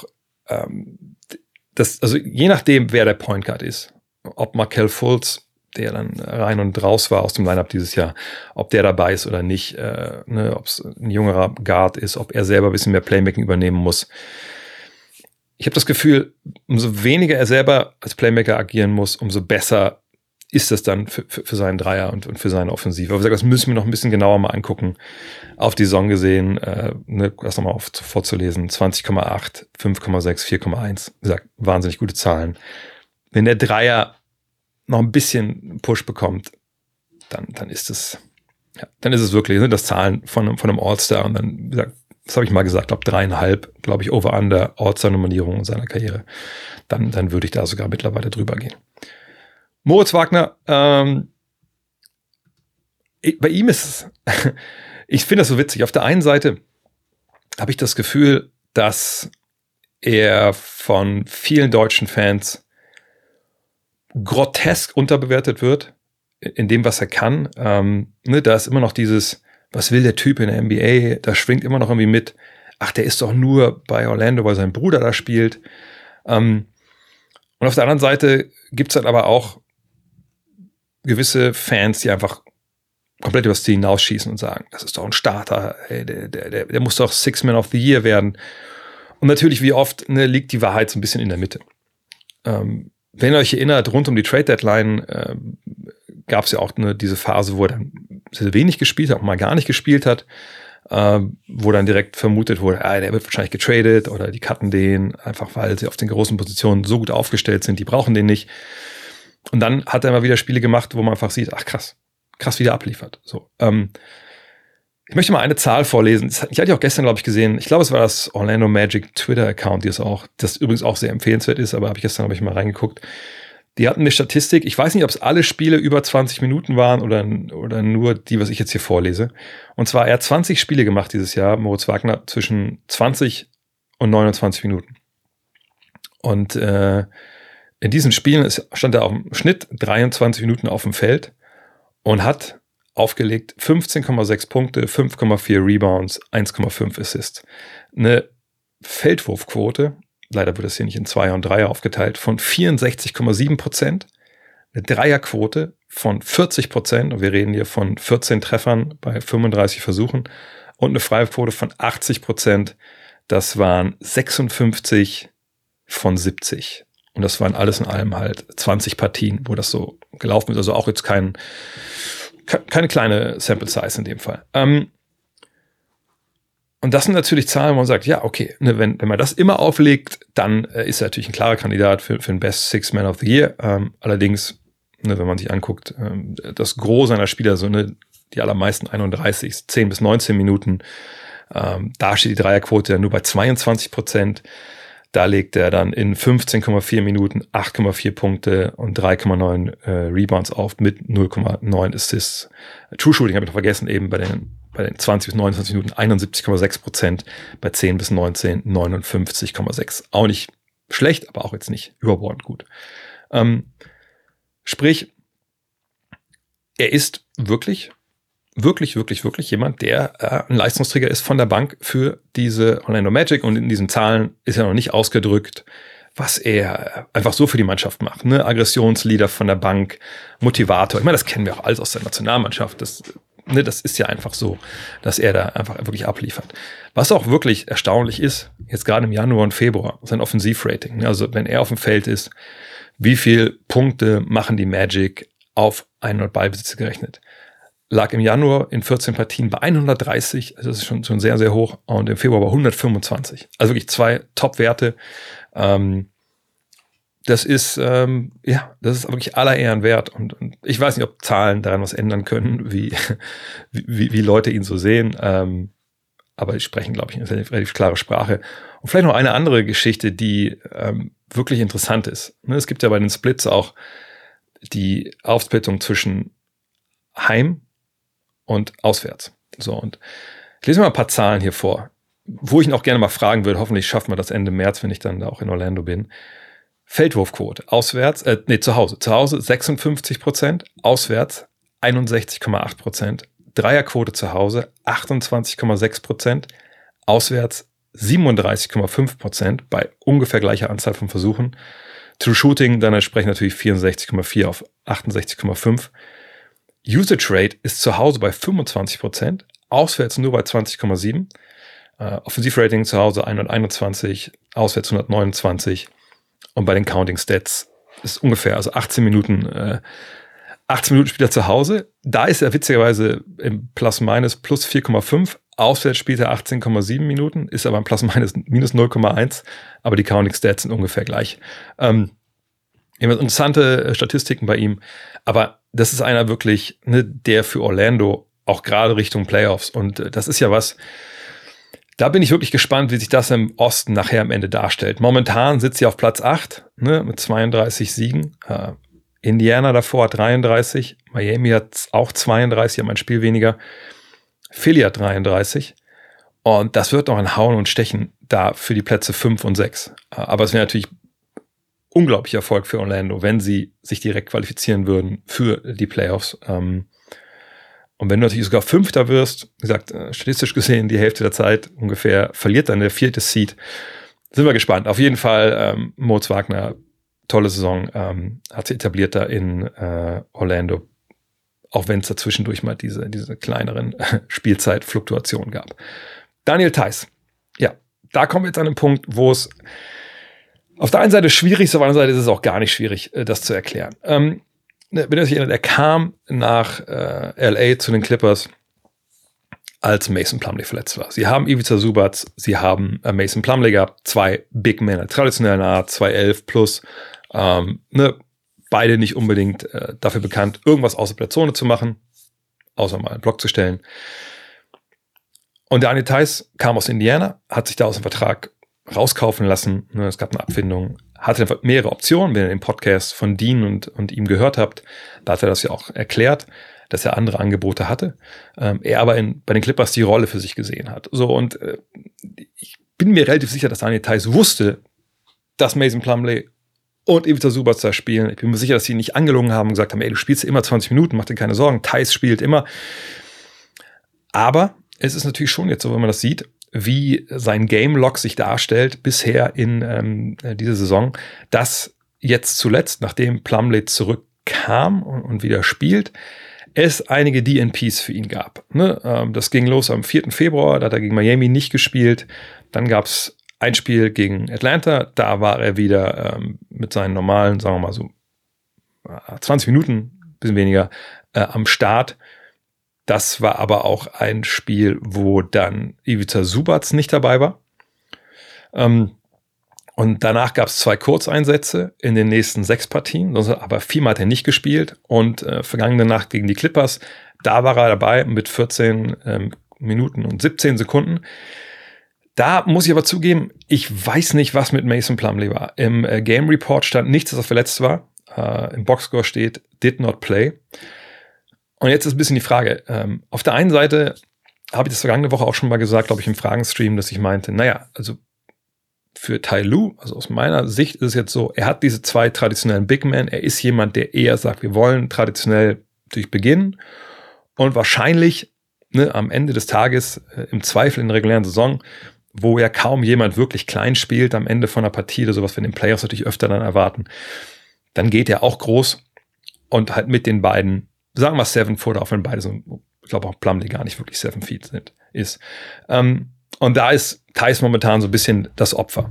also je nachdem, wer der Point Guard ist, ob Markelle Fultz, der dann rein und raus war aus dem Lineup dieses Jahr, ob der dabei ist oder nicht, ob es ein jüngerer Guard ist, ob er selber ein bisschen mehr Playmaking übernehmen muss. Ich habe das Gefühl, umso weniger er selber als Playmaker agieren muss, umso besser ist das dann für seinen Dreier und für seine Offensive. Aber wie gesagt, das müssen wir noch ein bisschen genauer mal angucken. Auf die Saison gesehen, das nochmal vorzulesen, 20,8, 5,6, 4,1. Wie gesagt, wahnsinnig gute Zahlen. Wenn der Dreier noch ein bisschen Push bekommt, dann ist es, dann ist es wirklich, sind das Zahlen von einem All-Star und dann, wie gesagt, das habe ich mal gesagt, glaube 3,5, glaube ich, Over-Under All-Star-Nominierung in seiner Karriere. Dann würde ich da sogar mittlerweile drüber gehen. Moritz Wagner, bei ihm ist es, ich finde das so witzig. Auf der einen Seite habe ich das Gefühl, dass er von vielen deutschen Fans grotesk unterbewertet wird in dem, was er kann. Da ist immer noch dieses, was will der Typ in der NBA? Da schwingt immer noch irgendwie mit, ach, der ist doch nur bei Orlando, weil sein Bruder da spielt. Und auf der anderen Seite gibt es halt aber auch gewisse Fans, die einfach komplett übers Ziel hinausschießen und sagen, das ist doch ein Starter, ey, der muss doch Six Man of the Year werden. Und natürlich, wie oft, liegt die Wahrheit so ein bisschen in der Mitte. Wenn ihr euch erinnert, rund um die Trade Deadline gab es ja auch diese Phase, wo er dann sehr wenig gespielt hat, auch mal gar nicht gespielt hat, wo dann direkt vermutet wurde, der wird wahrscheinlich getradet oder die cutten den, einfach weil sie auf den großen Positionen so gut aufgestellt sind, die brauchen den nicht. Und dann hat er mal wieder Spiele gemacht, wo man einfach sieht, ach krass wie der abliefert. So, ich möchte mal eine Zahl vorlesen. Ich hatte ja auch gestern, glaube ich, gesehen, ich glaube, es war das Orlando Magic Twitter-Account, das übrigens auch sehr empfehlenswert ist, aber habe ich mal reingeguckt. Die hatten eine Statistik, ich weiß nicht, ob es alle Spiele über 20 Minuten waren oder nur die, was ich jetzt hier vorlese. Und zwar, er hat 20 Spiele gemacht dieses Jahr, Moritz Wagner, zwischen 20 und 29 Minuten. Und in diesen Spielen stand er auf dem Schnitt 23 Minuten auf dem Feld und hat aufgelegt 15,6 Punkte, 5,4 Rebounds, 1,5 Assists. Eine Feldwurfquote, leider wird das hier nicht in Zweier und Dreier aufgeteilt, von 64,7%. Eine Dreierquote von 40%, und wir reden hier von 14 Treffern bei 35 Versuchen, und eine Freiwurfquote von 80%. Das waren 56 von 70. Und das waren alles in allem halt 20 Partien, wo das so gelaufen ist. Also auch jetzt kein keine kleine Sample Size in dem Fall. Und das sind natürlich Zahlen, wo man sagt, ja, okay, ne, wenn man das immer auflegt, dann ist er natürlich ein klarer Kandidat für den Best Six Man of the Year. Allerdings, ne, wenn man sich anguckt, das Gros seiner Spieler, so ne, die allermeisten 31, 10 bis 19 Minuten, da steht die Dreierquote ja nur bei 22%. Da legt er dann in 15,4 Minuten 8,4 Punkte und 3,9 Rebounds auf mit 0,9 Assists. True Shooting habe ich noch vergessen, eben bei den 20 bis 29 Minuten 71,6%, bei 10 bis 19 59,6. Auch nicht schlecht, aber auch jetzt nicht überbordend gut. Sprich, er ist wirklich jemand, der ein Leistungsträger ist von der Bank für diese Orlando Magic, und in diesen Zahlen ist er noch nicht ausgedrückt, was er einfach so für die Mannschaft macht. Ne? Aggressionsleader von der Bank, Motivator. Ich meine, das kennen wir auch alles aus der Nationalmannschaft. Das ist ja einfach so, dass er da einfach wirklich abliefert. Was auch wirklich erstaunlich ist, jetzt gerade im Januar und Februar, sein Offensivrating. Also wenn er auf dem Feld ist, wie viel Punkte machen die Magic auf 100 Ballbesitze gerechnet? Lag im Januar in 14 Partien bei 130, also das ist schon sehr, sehr hoch, und im Februar bei 125. Also wirklich 2 Top-Werte. Das ist wirklich aller Ehren wert, und ich weiß nicht, ob Zahlen daran was ändern können, wie Leute ihn so sehen, aber die sprechen, glaube ich, eine relativ klare Sprache. Und vielleicht noch eine andere Geschichte, die wirklich interessant ist. Es gibt ja bei den Splits auch die Aufsplittung zwischen Heim und auswärts. So, und ich lese mal ein paar Zahlen hier vor, wo ich ihn auch gerne mal fragen würde. Hoffentlich schaffen wir das Ende März, wenn ich dann da auch in Orlando bin. Feldwurfquote, zu Hause. Zu Hause 56%, auswärts 61,8%. Dreierquote zu Hause 28,6%, auswärts 37,5% bei ungefähr gleicher Anzahl von Versuchen. True Shooting dann entsprechend natürlich 64,4 auf 68,5. Usage Rate ist zu Hause bei 25%, auswärts nur bei 20,7. Offensivrating zu Hause 121, auswärts 129. Und bei den Counting Stats ist ungefähr, also 18 Minuten spielt er zu Hause. Da ist er witzigerweise im Plus-Minus plus 4,5. Auswärts spielt er 18,7 Minuten, ist aber im Plus-Minus minus 0,1. Aber die Counting Stats sind ungefähr gleich. Interessante Statistiken bei ihm. Aber das ist einer wirklich, ne, der für Orlando auch gerade Richtung Playoffs. Und das ist ja was, da bin ich wirklich gespannt, wie sich das im Osten nachher am Ende darstellt. Momentan sitzt sie auf Platz 8, ne, mit 32 Siegen. Indiana davor hat 33. Miami hat auch 32, haben ein Spiel weniger. Philly hat 33. Und das wird noch ein Hauen und Stechen da für die Plätze 5 und 6. Aber es wäre natürlich unglaublicher Erfolg für Orlando, wenn sie sich direkt qualifizieren würden für die Playoffs. Und wenn du natürlich sogar Fünfter wirst, wie gesagt, statistisch gesehen die Hälfte der Zeit ungefähr, verliert dann der 4. Seed. Sind wir gespannt. Auf jeden Fall Moritz Wagner, tolle Saison, hat sich etabliert da in Orlando, auch wenn es dazwischendurch mal diese kleineren Spielzeitfluktuationen gab. Daniel Theis, ja, da kommen wir jetzt an den Punkt, wo es auf der einen Seite schwierig ist, auf der anderen Seite ist es auch gar nicht schwierig, das zu erklären. Wenn ihr euch erinnert, er kam nach LA zu den Clippers, als Mason Plumlee verletzt war. Sie haben Ivica Zubac, sie haben Mason Plumlee gehabt, 2 Big Men der traditionellen Art, 2'11 plus, beide nicht unbedingt dafür bekannt, irgendwas außer der Zone zu machen, außer mal einen Block zu stellen. Und Daniel Theis kam aus Indiana, hat sich da aus dem Vertrag rauskaufen lassen. Es gab eine Abfindung, hatte mehrere Optionen. Wenn ihr den Podcast von Dean und ihm gehört habt, da hat er das ja auch erklärt, dass er andere Angebote hatte. Er aber bei den Clippers die Rolle für sich gesehen hat. So, und ich bin mir relativ sicher, dass Daniel Theis wusste, dass Mason Plumlee und Ivica Zubac da spielen. Ich bin mir sicher, dass sie ihn nicht angelogen haben und gesagt haben, ey, du spielst immer 20 Minuten, mach dir keine Sorgen. Theis spielt immer. Aber es ist natürlich schon jetzt so, wenn man das sieht, wie sein Game-Log sich darstellt bisher in dieser Saison, dass jetzt zuletzt, nachdem Plumlee zurückkam und wieder spielt, es einige DNPs für ihn gab. Das ging los am 4. Februar, da hat er gegen Miami nicht gespielt. Dann gab es ein Spiel gegen Atlanta, da war er wieder mit seinen normalen, sagen wir mal so 20 Minuten, bisschen weniger, am Start. Das war aber auch ein Spiel, wo dann Ivica Zubac nicht dabei war. Und danach gab es 2 Kurzeinsätze in den nächsten 6 Partien, aber 4-mal hat er nicht gespielt. Und vergangene Nacht gegen die Clippers, da war er dabei mit 14 Minuten und 17 Sekunden. Da muss ich aber zugeben, ich weiß nicht, was mit Mason Plumlee war. Im Game Report stand nichts, dass er verletzt war. Im Boxscore steht, did not play. Und jetzt ist ein bisschen die Frage. Auf der einen Seite habe ich das vergangene Woche auch schon mal gesagt, glaube ich, im Fragenstream, dass ich meinte, naja, also für Ty Lue, also aus meiner Sicht ist es jetzt so, er hat diese 2 traditionellen Big Men. Er ist jemand, der eher sagt, wir wollen traditionell durch beginnen und wahrscheinlich am Ende des Tages, im Zweifel in der regulären Saison, wo ja kaum jemand wirklich klein spielt, am Ende von einer Partie oder sowas wir in den Playoffs natürlich öfter dann erwarten, dann geht er auch groß und halt mit den beiden, sagen wir 7 Foot, auch wenn beide so, ich glaube auch Plumlee gar nicht wirklich 7 Feet ist. Und da ist Theis momentan so ein bisschen das Opfer.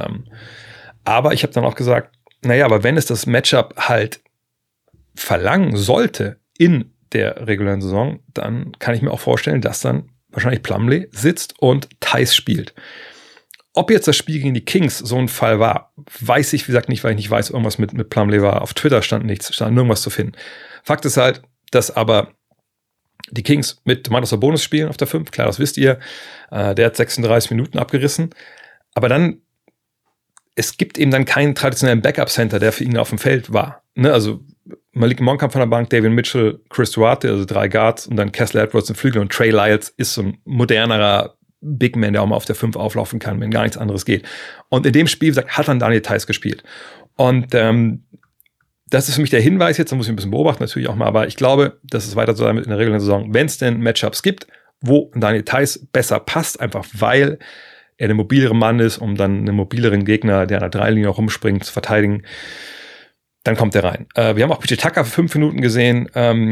Aber ich habe dann auch gesagt, naja, aber wenn es das Matchup halt verlangen sollte in der regulären Saison, dann kann ich mir auch vorstellen, dass dann wahrscheinlich Plumlee sitzt und Theis spielt. Ob jetzt das Spiel gegen die Kings so ein Fall war, weiß ich, wie gesagt, nicht, weil ich nicht weiß, irgendwas mit Plumlee war. Auf Twitter stand nichts, stand nirgendwas zu finden. Fakt ist halt, dass aber die Kings mit Domantas Sabonis spielen auf der 5, klar, das wisst ihr. Der hat 36 Minuten abgerissen. Aber dann, es gibt eben dann keinen traditionellen Backup-Center, der für ihn auf dem Feld war. Ne? Also Malik Monk kam von der Bank, Davion Mitchell, Chris Duarte, also 3 Guards und dann Kessler Edwards im Flügel und Trey Lyles ist so ein modernerer Big Man, der auch mal auf der 5 auflaufen kann, wenn gar nichts anderes geht. Und in dem Spiel, wie gesagt, hat dann Daniel Theis gespielt. Und das ist für mich der Hinweis jetzt, da muss ich ein bisschen beobachten natürlich auch mal, aber ich glaube, dass es weiter so sein wird in der regulären Saison, wenn es denn Matchups gibt, wo Daniel Theis besser passt, einfach weil er der mobilere Mann ist, um dann einen mobileren Gegner, der an der 3-Linie rumspringt, zu verteidigen, dann kommt er rein. Wir haben auch PJ Tucker für 5 Minuten gesehen.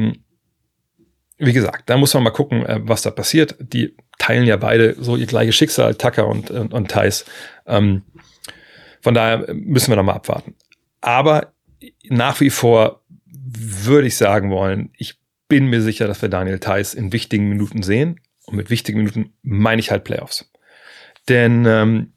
Wie gesagt, da muss man mal gucken, was da passiert. Die teilen ja beide so ihr gleiches Schicksal, Tucker und Theis. Von daher müssen wir noch mal abwarten. Aber nach wie vor würde ich sagen wollen, ich bin mir sicher, dass wir Daniel Theis in wichtigen Minuten sehen. Und mit wichtigen Minuten meine ich halt Playoffs. Denn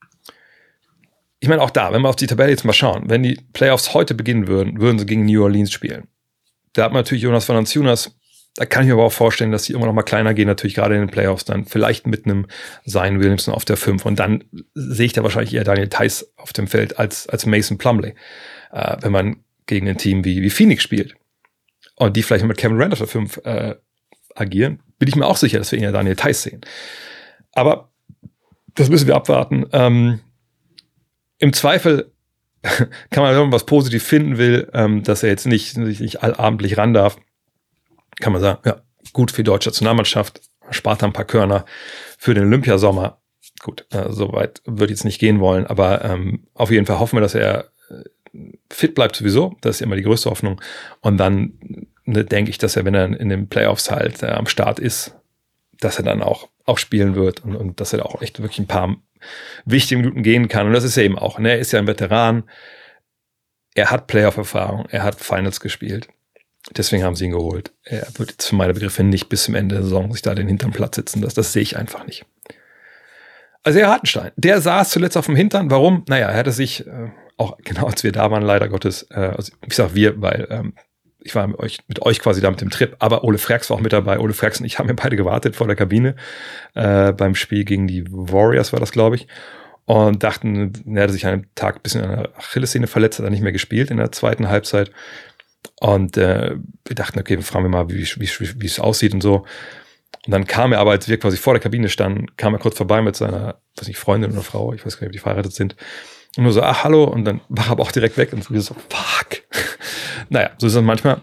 ich meine auch da, wenn wir auf die Tabelle jetzt mal schauen, wenn die Playoffs heute beginnen würden, würden sie gegen New Orleans spielen. Da hat man natürlich Jonas Valanciunas. Da kann ich mir aber auch vorstellen, dass die immer noch mal kleiner gehen, natürlich gerade in den Playoffs dann, vielleicht mit einem Zion Williamson auf der 5. Und dann sehe ich da wahrscheinlich eher Daniel Theis auf dem Feld als Mason Plumlee, wenn man gegen ein Team wie Phoenix spielt. Und die vielleicht mit Kevin Durant auf der 5 agieren, bin ich mir auch sicher, dass wir eher Daniel Theis sehen. Aber das müssen wir abwarten. Im Zweifel kann man, wenn man was positiv finden will, dass er jetzt nicht allabendlich ran darf, kann man sagen, ja, gut für die deutsche Nationalmannschaft, spart ein paar Körner für den Olympiasommer. Gut, so weit würde ich jetzt nicht gehen wollen, aber auf jeden Fall hoffen wir, dass er fit bleibt sowieso. Das ist immer die größte Hoffnung. Und dann denke ich, dass er, wenn er in den Playoffs halt am Start ist, dass er dann auch spielen wird und dass er da auch echt wirklich ein paar wichtige Minuten gehen kann. Und das ist er eben auch. Ne? Er ist ja ein Veteran. Er hat Playoff-Erfahrung. Er hat Finals gespielt. Deswegen haben sie ihn geholt. Er wird jetzt für meine Begriffe nicht bis zum Ende der Saison sich da den Hintern platt sitzen. Das sehe ich einfach nicht. Also Herr Hartenstein, der saß zuletzt auf dem Hintern. Warum? Naja, er hatte sich, auch genau als wir da waren, leider Gottes, also ich sag wir, weil ich war mit euch quasi da mit dem Trip, aber Ole Frags war auch mit dabei. Ole Frags und ich haben ja beide gewartet vor der Kabine beim Spiel gegen die Warriors war das, glaube ich. Und dachten, er hatte sich an einem Tag ein bisschen an der Achillessehne verletzt, hat er nicht mehr gespielt in der zweiten Halbzeit. Und wir dachten, okay, wir fragen mal, wie es aussieht und so. Und dann kam er aber, als wir quasi vor der Kabine standen, kam er kurz vorbei mit seiner, weiß nicht, Freundin oder Frau, ich weiß gar nicht, ob die verheiratet sind. Und nur so, ach, hallo. Und dann war er aber auch direkt weg. Und wir so, fuck. Naja, so ist es manchmal.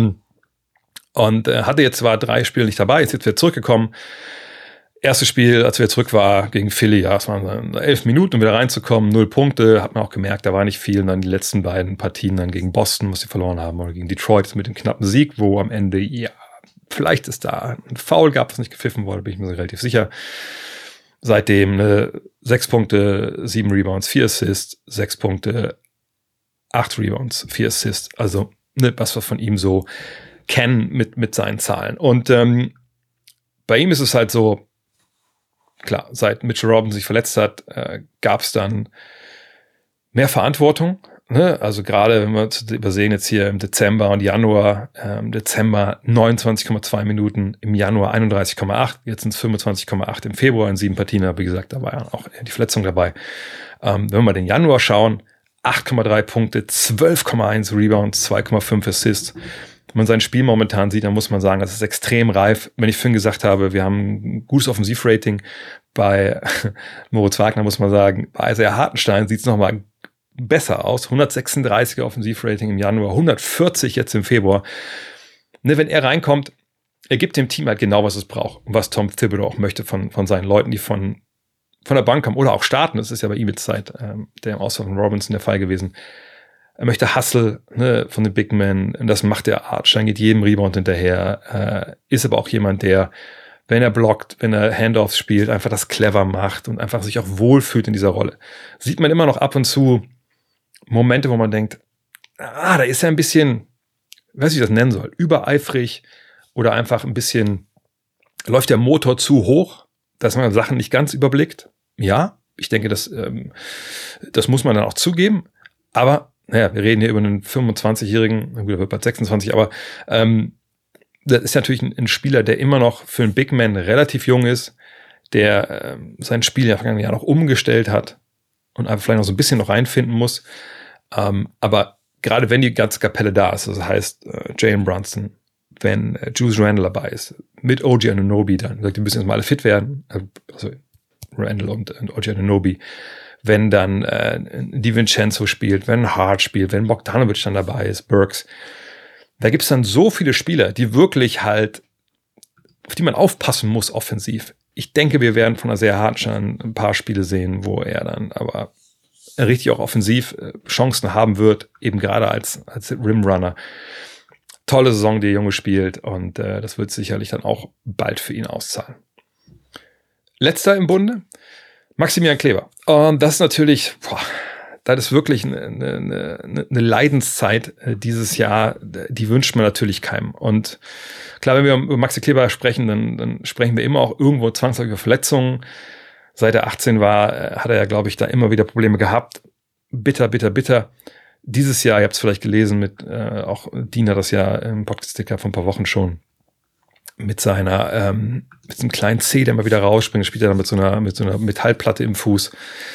Und hatte jetzt zwar 3 Spiele nicht dabei, jetzt wieder zurückgekommen. Erstes Spiel, als wir zurück war gegen Philly, ja, es waren 11 Minuten, um wieder reinzukommen, 0 Punkte, hat man auch gemerkt, da war nicht viel. Und dann die letzten beiden Partien dann gegen Boston, was sie verloren haben, oder gegen Detroit mit dem knappen Sieg, wo am Ende, ja, vielleicht ist da ein Foul gab, was nicht gepfiffen wurde, bin ich mir relativ sicher. Seitdem 6 Punkte, 7 Rebounds, 4 Assists, 6 Punkte, 8 Rebounds, 4 Assists. Also was von ihm so kennen mit seinen Zahlen. Und bei ihm ist es halt so, klar, seit Mitchell Robinson sich verletzt hat, gab es dann mehr Verantwortung. Ne? Also gerade, wenn wir übersehen jetzt hier im Dezember und Januar, Dezember 29,2 Minuten, im Januar 31,8, jetzt sind es 25,8 im Februar in 7 Partien, aber wie gesagt, da war ja auch die Verletzung dabei. Wenn wir mal den Januar schauen, 8,3 Punkte, 12,1 Rebounds, 2,5 Assists. Wenn man sein Spiel momentan sieht, dann muss man sagen, das ist extrem reif. Wenn ich vorhin gesagt habe, wir haben ein gutes Offensivrating bei Moritz Wagner, muss man sagen, bei Isaiah Hartenstein sieht es nochmal besser aus. 136er Offensivrating im Januar, 140 jetzt im Februar. Ne, wenn er reinkommt, er gibt dem Team halt genau, was es braucht und was Tom Thibodeau auch möchte von seinen Leuten, die von der Bank kommen oder auch starten. Das ist ja bei ihm jetzt seit der Ausfall von Robinson der Fall gewesen. Er möchte Hustle, ne, von den Big Men. Und das macht der Hartenstein, geht jedem Rebound hinterher. Ist aber auch jemand, der, wenn er blockt, wenn er Handoffs spielt, einfach das clever macht und einfach sich auch wohlfühlt in dieser Rolle. Sieht man immer noch ab und zu Momente, wo man denkt, da ist er ein bisschen, weiß ich, wie ich das nennen soll, übereifrig oder einfach ein bisschen, läuft der Motor zu hoch, dass man Sachen nicht ganz überblickt. Ja, ich denke, das muss man dann auch zugeben. Aber naja, wir reden hier über einen 25-Jährigen, gut, er wird bald 26, aber das ist natürlich ein Spieler, der immer noch für einen Big Man relativ jung ist, der sein Spiel ja vergangenen Jahr noch umgestellt hat und einfach vielleicht noch so ein bisschen noch reinfinden muss. Aber gerade wenn die ganze Kapelle da ist, das heißt Jalen Brunson, wenn Julius Randle dabei ist, mit OG Anunoby dann, die müssen jetzt mal alle fit werden, also Randle und OG Anunoby, wenn dann DiVincenzo spielt, wenn Hart spielt, wenn Bogdanovic dann dabei ist, Burks. Da gibt es dann so viele Spieler, die wirklich halt, auf die man aufpassen muss offensiv. Ich denke, wir werden von einer sehr harten ein paar Spiele sehen, wo er dann aber richtig auch offensiv Chancen haben wird, eben gerade als Rimrunner. Tolle Saison, die der Junge spielt und das wird sicherlich dann auch bald für ihn auszahlen. Letzter im Bunde, Maximilian Kleber. Und das ist natürlich, das ist wirklich eine Leidenszeit dieses Jahr, die wünscht man natürlich keinem. Und klar, wenn wir über Maxi Kleber sprechen, dann sprechen wir immer auch irgendwo zwangsläufig über Verletzungen. Seit er 18 war, hat er ja, glaube ich, da immer wieder Probleme gehabt. Bitter. Dieses Jahr, ihr habt es vielleicht gelesen, auch Dean hat das ja im Podcast-Sticker vor ein paar Wochen schon, mit seiner, mit einem kleinen C, der mal wieder rausspringt, spielt er dann mit so einer Metallplatte im Fuß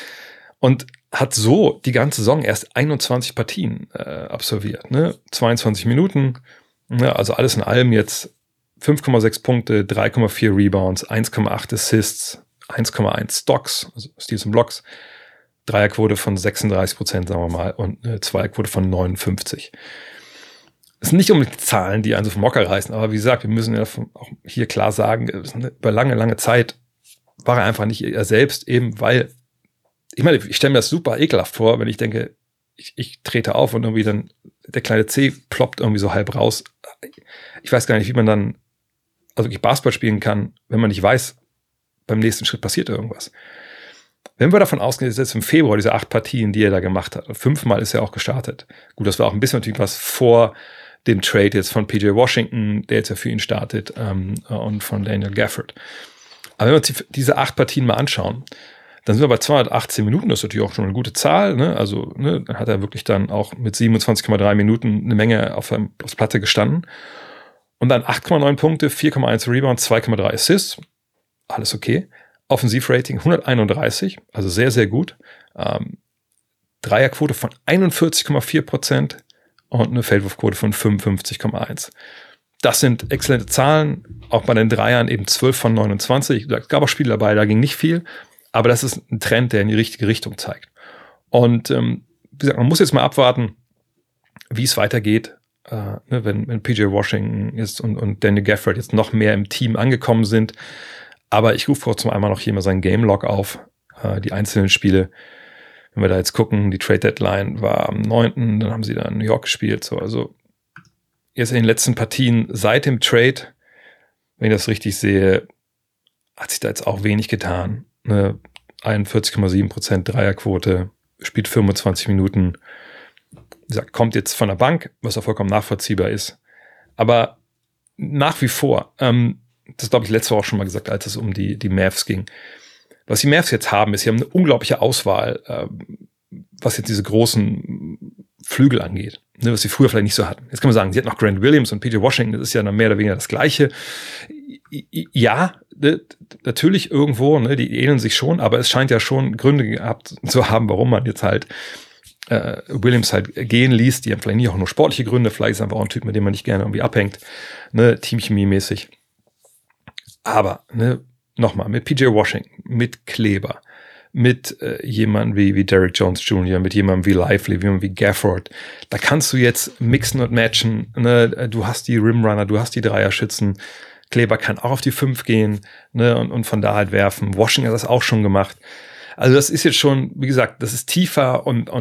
und hat so die ganze Saison erst 21 Partien absolviert, ne? 22 Minuten, ne? Also alles in allem jetzt 5,6 Punkte, 3,4 Rebounds, 1,8 Assists, 1,1 Stocks, also Steals und Blocks, Dreierquote von 36%, sagen wir mal, und eine Zweierquote von 59%. Es sind nicht unbedingt Zahlen, die einen so vom Hocker reißen, aber wie gesagt, wir müssen ja auch hier klar sagen, über lange Zeit war er einfach nicht er selbst, eben weil, ich meine, ich stelle mir das super ekelhaft vor, wenn ich denke, ich trete auf und irgendwie dann der kleine C ploppt irgendwie so halb raus. Ich weiß gar nicht, wie man dann also wirklich Basketball spielen kann, wenn man nicht weiß, beim nächsten Schritt passiert irgendwas. Wenn wir davon ausgehen, dass jetzt im Februar diese 8 Partien, die er da gemacht hat, 5-mal ist er auch gestartet. Gut, das war auch ein bisschen natürlich was vor dem Trade jetzt von PJ Washington, der jetzt ja für ihn startet, und von Daniel Gafford. Aber wenn wir uns diese 8 Partien mal anschauen, dann sind wir bei 218 Minuten, das ist natürlich auch schon eine gute Zahl, ne? Also, ne, dann hat er wirklich dann auch mit 27,3 Minuten eine Menge auf Platte gestanden. Und dann 8,9 Punkte, 4,1 Rebounds, 2,3 Assists. Alles okay. Offensivrating 131, also sehr, sehr gut. Dreierquote von 41,4% und eine Feldwurfquote von 55,1%. Das sind exzellente Zahlen. Auch bei den Dreiern eben 12 von 29. Es gab auch Spiele dabei, da ging nicht viel. Aber das ist ein Trend, der in die richtige Richtung zeigt. Und wie gesagt, man muss jetzt mal abwarten, wie es weitergeht, wenn PJ Washington ist und Daniel Gafford jetzt noch mehr im Team angekommen sind. Aber ich rufe kurz mal einmal noch hier mal seinen Game Log auf, die einzelnen Spiele. Wenn wir da jetzt gucken, die Trade Deadline war am 9., dann haben sie da in New York gespielt. So, also jetzt in den letzten Partien seit dem Trade, wenn ich das richtig sehe, hat sich da jetzt auch wenig getan. 41,7% Dreierquote, spielt 25 Minuten. Wie gesagt, kommt jetzt von der Bank, was auch vollkommen nachvollziehbar ist. Aber nach wie vor, das glaube ich letzte Woche auch schon mal gesagt, als es um die Mavs ging. Was die Mavs jetzt haben, ist, sie haben eine unglaubliche Auswahl, was jetzt diese großen Flügel angeht, ne, was sie früher vielleicht nicht so hatten. Jetzt kann man sagen, sie hat noch Grant Williams und PJ Washington, das ist ja dann mehr oder weniger das Gleiche. Ja, natürlich irgendwo, ne, die ähneln sich schon, aber es scheint ja schon Gründe gehabt zu haben, warum man jetzt halt Williams halt gehen ließ. Die haben vielleicht nicht auch nur sportliche Gründe, vielleicht ist er einfach auch ein Typ, mit dem man nicht gerne irgendwie abhängt, ne, Teamchemie-mäßig. Aber, ne, nochmal, mit PJ Washington, mit Kleber, mit jemandem wie Derrick Jones Jr., mit jemandem wie Lively, jemandem wie Gafford, da kannst du jetzt mixen und matchen, ne, du hast die Rimrunner, du hast die Dreierschützen, Kleber kann auch auf die 5 gehen, ne, und von da halt werfen. Washington hat das auch schon gemacht. Also das ist jetzt schon, wie gesagt, das ist tiefer und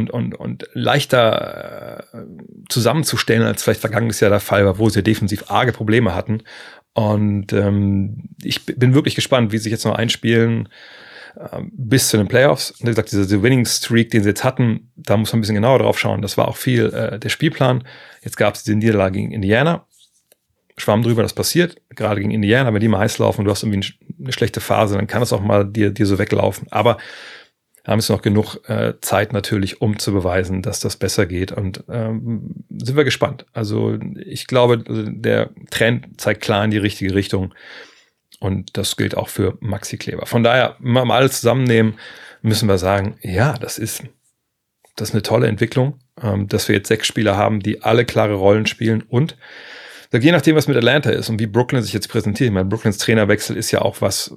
leichter zusammenzustellen, als vielleicht vergangenes Jahr der Fall war, wo sie defensiv arge Probleme hatten. Und ich bin wirklich gespannt, wie sie sich jetzt noch einspielen bis zu den Playoffs. Und wie gesagt, dieser Winning Streak, den sie jetzt hatten, da muss man ein bisschen genauer drauf schauen. Das war auch viel der Spielplan. Jetzt gab es diese Niederlage gegen Indiana. Schwamm drüber, das passiert, gerade gegen Indiana, wenn die mal heiß laufen und du hast irgendwie eine schlechte Phase, dann kann das auch mal dir so weglaufen. Aber da haben wir noch genug Zeit natürlich, um zu beweisen, dass das besser geht. Und sind wir gespannt. Also ich glaube, der Trend zeigt klar in die richtige Richtung. Und das gilt auch für Maxi Kleber. Von daher, wenn wir mal alles zusammennehmen, müssen wir sagen, ja, das ist eine tolle Entwicklung, dass wir jetzt 6 Spieler haben, die alle klare Rollen spielen und je nachdem, was mit Atlanta ist und wie Brooklyn sich jetzt präsentiert. Ich meine, Brooklyns Trainerwechsel ist ja auch was,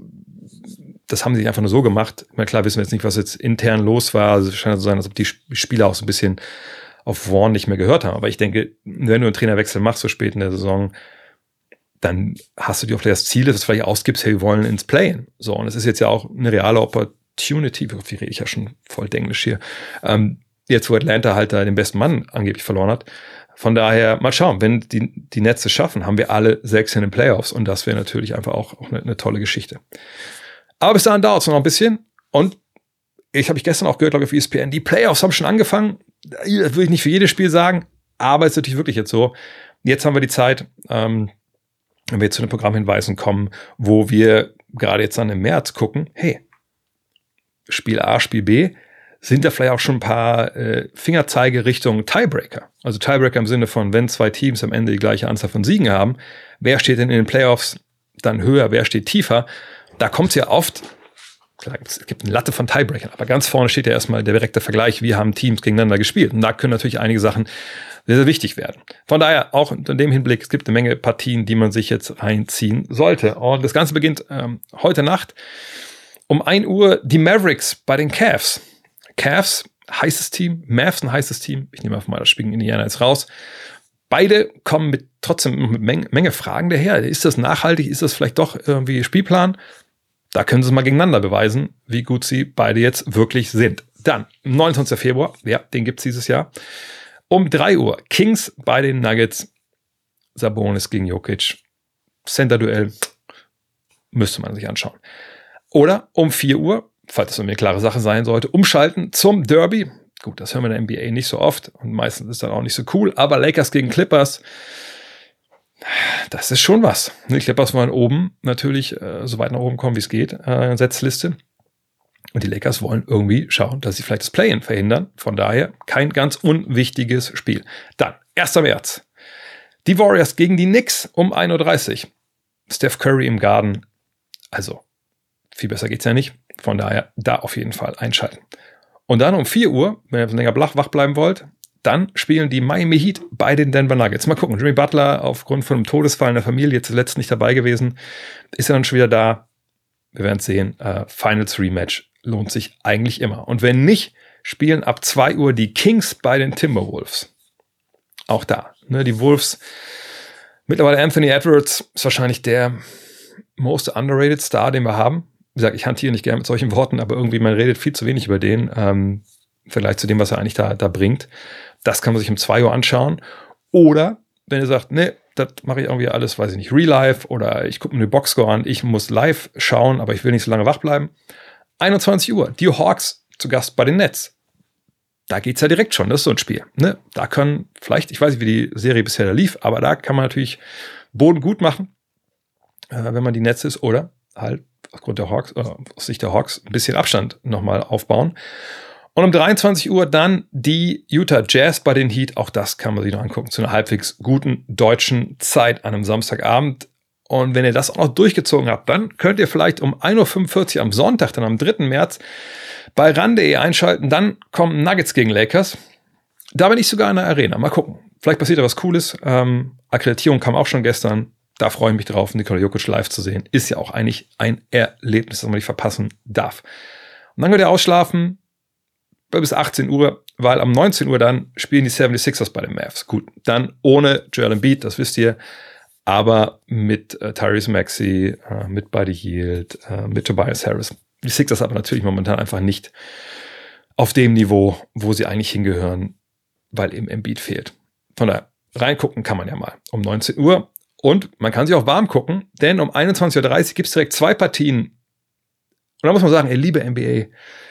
das haben sie einfach nur so gemacht. Ich meine, klar wissen wir jetzt nicht, was jetzt intern los war. Also es scheint so sein, als ob die Spieler auch so ein bisschen auf Vaughn nicht mehr gehört haben. Aber ich denke, wenn du einen Trainerwechsel machst so spät in der Saison, dann hast du dir auch das Ziel, dass du vielleicht ausgibst, hey, wir wollen ins Play-in. So, und es ist jetzt ja auch eine reale Opportunity, wie rede ich ja schon voll Englisch hier, jetzt wo Atlanta halt da den besten Mann angeblich verloren hat. Von daher, mal schauen, wenn die Nets es schaffen, haben wir alle 6 in den Playoffs und das wäre natürlich einfach auch eine tolle Geschichte. Aber bis dahin dauert es noch ein bisschen und habe ich gestern auch gehört, glaube ich, auf ESPN, die Playoffs haben schon angefangen. Das würde ich nicht für jedes Spiel sagen, aber es ist natürlich wirklich jetzt so. Jetzt haben wir die Zeit, wenn wir jetzt zu den Programmhinweisen kommen, wo wir gerade jetzt dann im März gucken, hey, Spiel A, Spiel B, sind da vielleicht auch schon ein paar Fingerzeige Richtung Tiebreaker. Also Tiebreaker im Sinne von, wenn 2 Teams am Ende die gleiche Anzahl von Siegen haben, wer steht denn in den Playoffs dann höher, wer steht tiefer? Da kommt es ja oft, klar, es gibt eine Latte von Tiebreakern, aber ganz vorne steht ja erstmal der direkte Vergleich, wie haben Teams gegeneinander gespielt. Und da können natürlich einige Sachen sehr, sehr wichtig werden. Von daher auch in dem Hinblick, es gibt eine Menge Partien, die man sich jetzt reinziehen sollte. Und das Ganze beginnt heute Nacht um 1 Uhr die Mavericks bei den Cavs. Cavs, heißes Team, Mavs ein heißes Team. Ich nehme einfach mal das Spiel gegen Indiana jetzt raus. Beide kommen trotzdem mit Menge Fragen daher. Ist das nachhaltig? Ist das vielleicht doch irgendwie Spielplan? Da können sie es mal gegeneinander beweisen, wie gut sie beide jetzt wirklich sind. Dann, 29. Februar, ja, den gibt es dieses Jahr. Um 3 Uhr, Kings bei den Nuggets. Sabonis gegen Jokic. Center-Duell. Müsste man sich anschauen. Oder um 4 Uhr, falls das eine klare Sache sein sollte, umschalten zum Derby. Gut, das hören wir in der NBA nicht so oft und meistens ist dann auch nicht so cool, aber Lakers gegen Clippers, das ist schon was. Die Clippers wollen oben natürlich so weit nach oben kommen, wie es geht, Setzliste. Und die Lakers wollen irgendwie schauen, dass sie vielleicht das Play-In verhindern. Von daher kein ganz unwichtiges Spiel. Dann, 1. März. Die Warriors gegen die Knicks um 1:30 Uhr. Steph Curry im Garden. Also, viel besser geht's ja nicht. Von daher, da auf jeden Fall einschalten. Und dann um 4 Uhr, wenn ihr länger wach bleiben wollt, dann spielen die Miami Heat bei den Denver Nuggets. Mal gucken, Jimmy Butler aufgrund von einem Todesfall in der Familie zuletzt nicht dabei gewesen. Ist er dann schon wieder da? Wir werden es sehen. Finals Rematch lohnt sich eigentlich immer. Und wenn nicht, spielen ab 2 Uhr die Kings bei den Timberwolves. Auch da. Ne, die Wolves, mittlerweile Anthony Edwards ist wahrscheinlich der most underrated Star, den wir haben. Wie gesagt, ich hantiere nicht gerne mit solchen Worten, aber irgendwie, man redet viel zu wenig über den, im Vergleich zu dem, was er eigentlich da bringt. Das kann man sich um 2 Uhr anschauen. Oder, wenn ihr sagt, nee, das mache ich irgendwie alles, weiß ich nicht, Real Life oder ich gucke mir eine Boxscore an, ich muss live schauen, aber ich will nicht so lange wach bleiben. 21 Uhr, die Hawks zu Gast bei den Nets. da geht's ja direkt schon. Das ist so ein Spiel. Ne? Da kann vielleicht, ich weiß nicht, wie die Serie bisher da lief, aber da kann man natürlich Boden gut machen, wenn man die Netze ist, oder halt aufgrund der Hawks, aus Sicht der Hawks ein bisschen Abstand nochmal aufbauen. Und um 23 Uhr dann die Utah Jazz bei den Heat. Auch das kann man sich noch angucken zu einer halbwegs guten deutschen Zeit an einem Samstagabend. Und wenn ihr das auch noch durchgezogen habt, dann könnt ihr vielleicht um 1.45 Uhr am Sonntag, dann am 3. März, bei RAN.de einschalten. Dann kommen Nuggets gegen Lakers. Da bin ich sogar in der Arena. Mal gucken. Vielleicht passiert da was Cooles. Akkreditierung kam auch schon gestern. Da freue ich mich drauf, Nikola Jokic live zu sehen. Ist ja auch eigentlich ein Erlebnis, das man nicht verpassen darf. Und dann könnt ihr ausschlafen bis 18 Uhr, weil am 19 Uhr dann spielen die 76ers bei den Mavs. Gut, dann ohne Joel Embiid, das wisst ihr, aber mit Tyrese Maxey, mit Buddy Hield, mit Tobias Harris. Die Sixers aber natürlich momentan einfach nicht auf dem Niveau, wo sie eigentlich hingehören, weil eben Embiid fehlt. Von daher, reingucken kann man ja mal um 19 Uhr. Und man kann sich auch warm gucken, denn um 21.30 Uhr gibt es direkt 2 Partien. Und da muss man sagen, liebe NBA,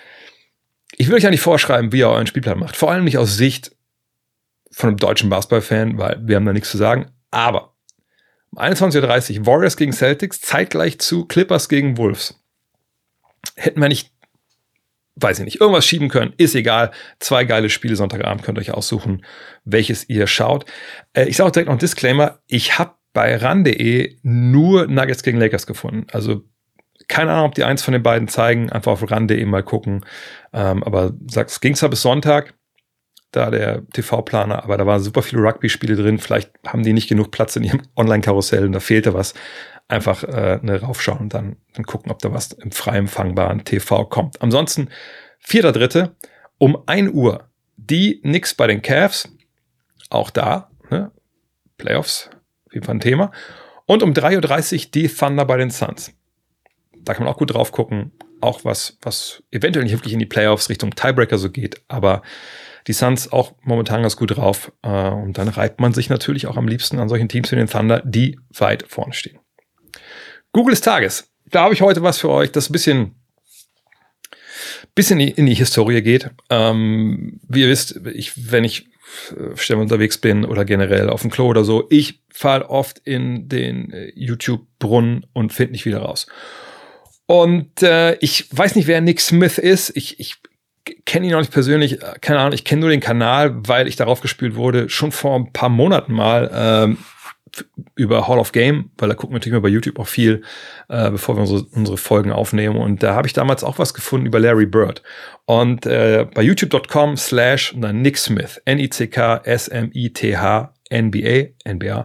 ich will euch ja nicht vorschreiben, wie ihr euren Spielplan macht. Vor allem nicht aus Sicht von einem deutschen Basketball-Fan, weil wir haben da nichts zu sagen. Aber um 21.30 Uhr Warriors gegen Celtics, zeitgleich zu Clippers gegen Wolves. Hätten wir nicht, weiß ich nicht, irgendwas schieben können, ist egal. 2 geile Spiele Sonntagabend, könnt ihr euch aussuchen, welches ihr schaut. Ich sage auch direkt noch einen Disclaimer, ich habe bei RAN.de nur Nuggets gegen Lakers gefunden. Also keine Ahnung, ob die eins von den beiden zeigen, einfach auf RAN.de mal gucken. Aber es ging zwar bis Sonntag, da der TV-Planer, aber da waren super viele Rugby-Spiele drin. Vielleicht haben die nicht genug Platz in ihrem Online-Karussell und da fehlte was. Einfach raufschauen und dann gucken, ob da was im frei empfangbaren TV kommt. Ansonsten 4.3. um 1 Uhr die Knicks bei den Cavs. Auch da, ne? Playoffs, auf jeden Fall ein Thema. Und um 3.30 Uhr die Thunder bei den Suns. Da kann man auch gut drauf gucken. Auch was eventuell nicht wirklich in die Playoffs Richtung Tiebreaker so geht. Aber die Suns auch momentan ganz gut drauf. Und dann reibt man sich natürlich auch am liebsten an solchen Teams wie den Thunder, die weit vorne stehen. Google des Tages. Da habe ich heute was für euch, das ein bisschen in die Historie geht. Wie ihr wisst, wenn ich ständig unterwegs bin oder generell auf dem Klo oder so, ich falle oft in den YouTube-Brunnen und finde nicht wieder raus. Und ich weiß nicht, wer Nick Smith ist. Ich kenne ihn noch nicht persönlich. Keine Ahnung, ich kenne nur den Kanal, weil ich darauf gespült wurde, schon vor ein paar Monaten mal über Hall of Game, weil da gucken wir natürlich mal bei YouTube auch viel, bevor wir unsere Folgen aufnehmen. Und da habe ich damals auch was gefunden über Larry Bird. Und bei youtube.com/ und dann Nick Smith, NICK-SMITH-NBA.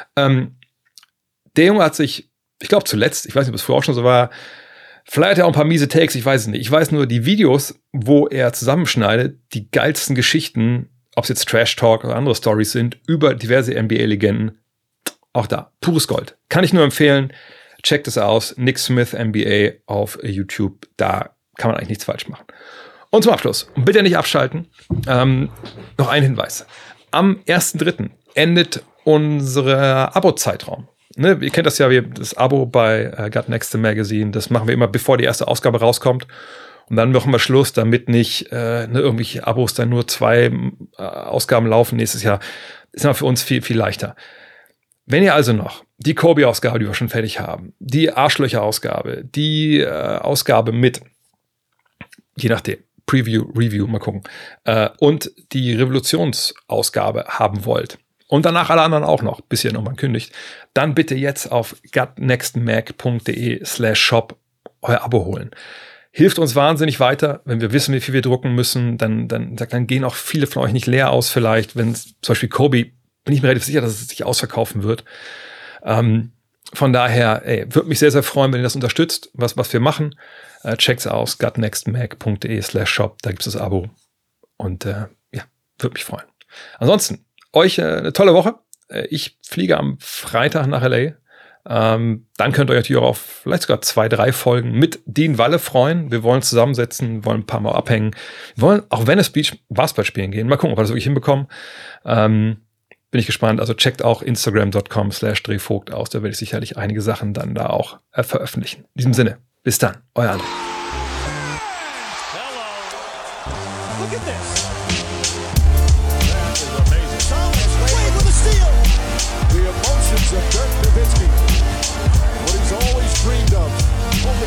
Der Junge hat sich, ich glaube zuletzt, ich weiß nicht, ob es früher auch schon so war, vielleicht hat er auch ein paar miese Takes, ich weiß es nicht. Ich weiß nur, die Videos, wo er zusammenschneidet, die geilsten Geschichten, ob es jetzt Trash Talk oder andere Stories sind, über diverse NBA-Legenden, auch da, pures Gold. Kann ich nur empfehlen, checkt es aus, Nick Smith NBA auf YouTube, da kann man eigentlich nichts falsch machen. Und zum Abschluss, und bitte nicht abschalten, noch ein Hinweis. Am 1.3. endet unser Abo-Zeitraum. Ne, ihr kennt das ja, das Abo bei Got Next Magazine, das machen wir immer, bevor die erste Ausgabe rauskommt. Und dann machen wir Schluss, damit nicht irgendwelche Abos dann nur 2 Ausgaben laufen nächstes Jahr. Ist immer für uns viel, viel leichter. Wenn ihr also noch die Kobe-Ausgabe, die wir schon fertig haben, die Arschlöcher-Ausgabe, die Ausgabe mit, je nachdem, Preview, Review, mal gucken, und die Revolutionsausgabe haben wollt, und danach alle anderen auch noch, bis ihr nochmal kündigt, dann bitte jetzt auf gotnextmac.de/shop euer Abo holen. Hilft uns wahnsinnig weiter, wenn wir wissen, wie viel wir drucken müssen, dann gehen auch viele von euch nicht leer aus vielleicht, wenn zum Beispiel Kobe, bin ich mir relativ sicher, dass es sich ausverkaufen wird. Von daher, würde mich sehr, sehr freuen, wenn ihr das unterstützt, was wir machen. Checkt's aus, gotnextmac.de/shop, da gibt's das Abo. Und würde mich freuen. Ansonsten, euch eine tolle Woche. Ich fliege am Freitag nach LA. Dann könnt ihr euch natürlich auch auf vielleicht sogar 2, 3 Folgen mit Dean Walle freuen. Wir wollen zusammensetzen, wollen ein paar Mal abhängen. Wir wollen auch Venice Beach Basketball spielen gehen. Mal gucken, ob wir das wirklich hinbekommen. Bin ich gespannt. Also checkt auch instagram.com/drehvogt aus. Da werde ich sicherlich einige Sachen dann da auch veröffentlichen. In diesem Sinne, bis dann. Euer André. Hello. Look at this.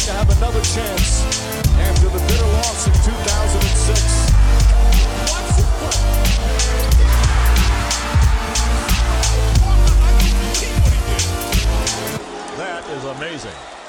to have another chance after the bitter loss in 2006. That is amazing.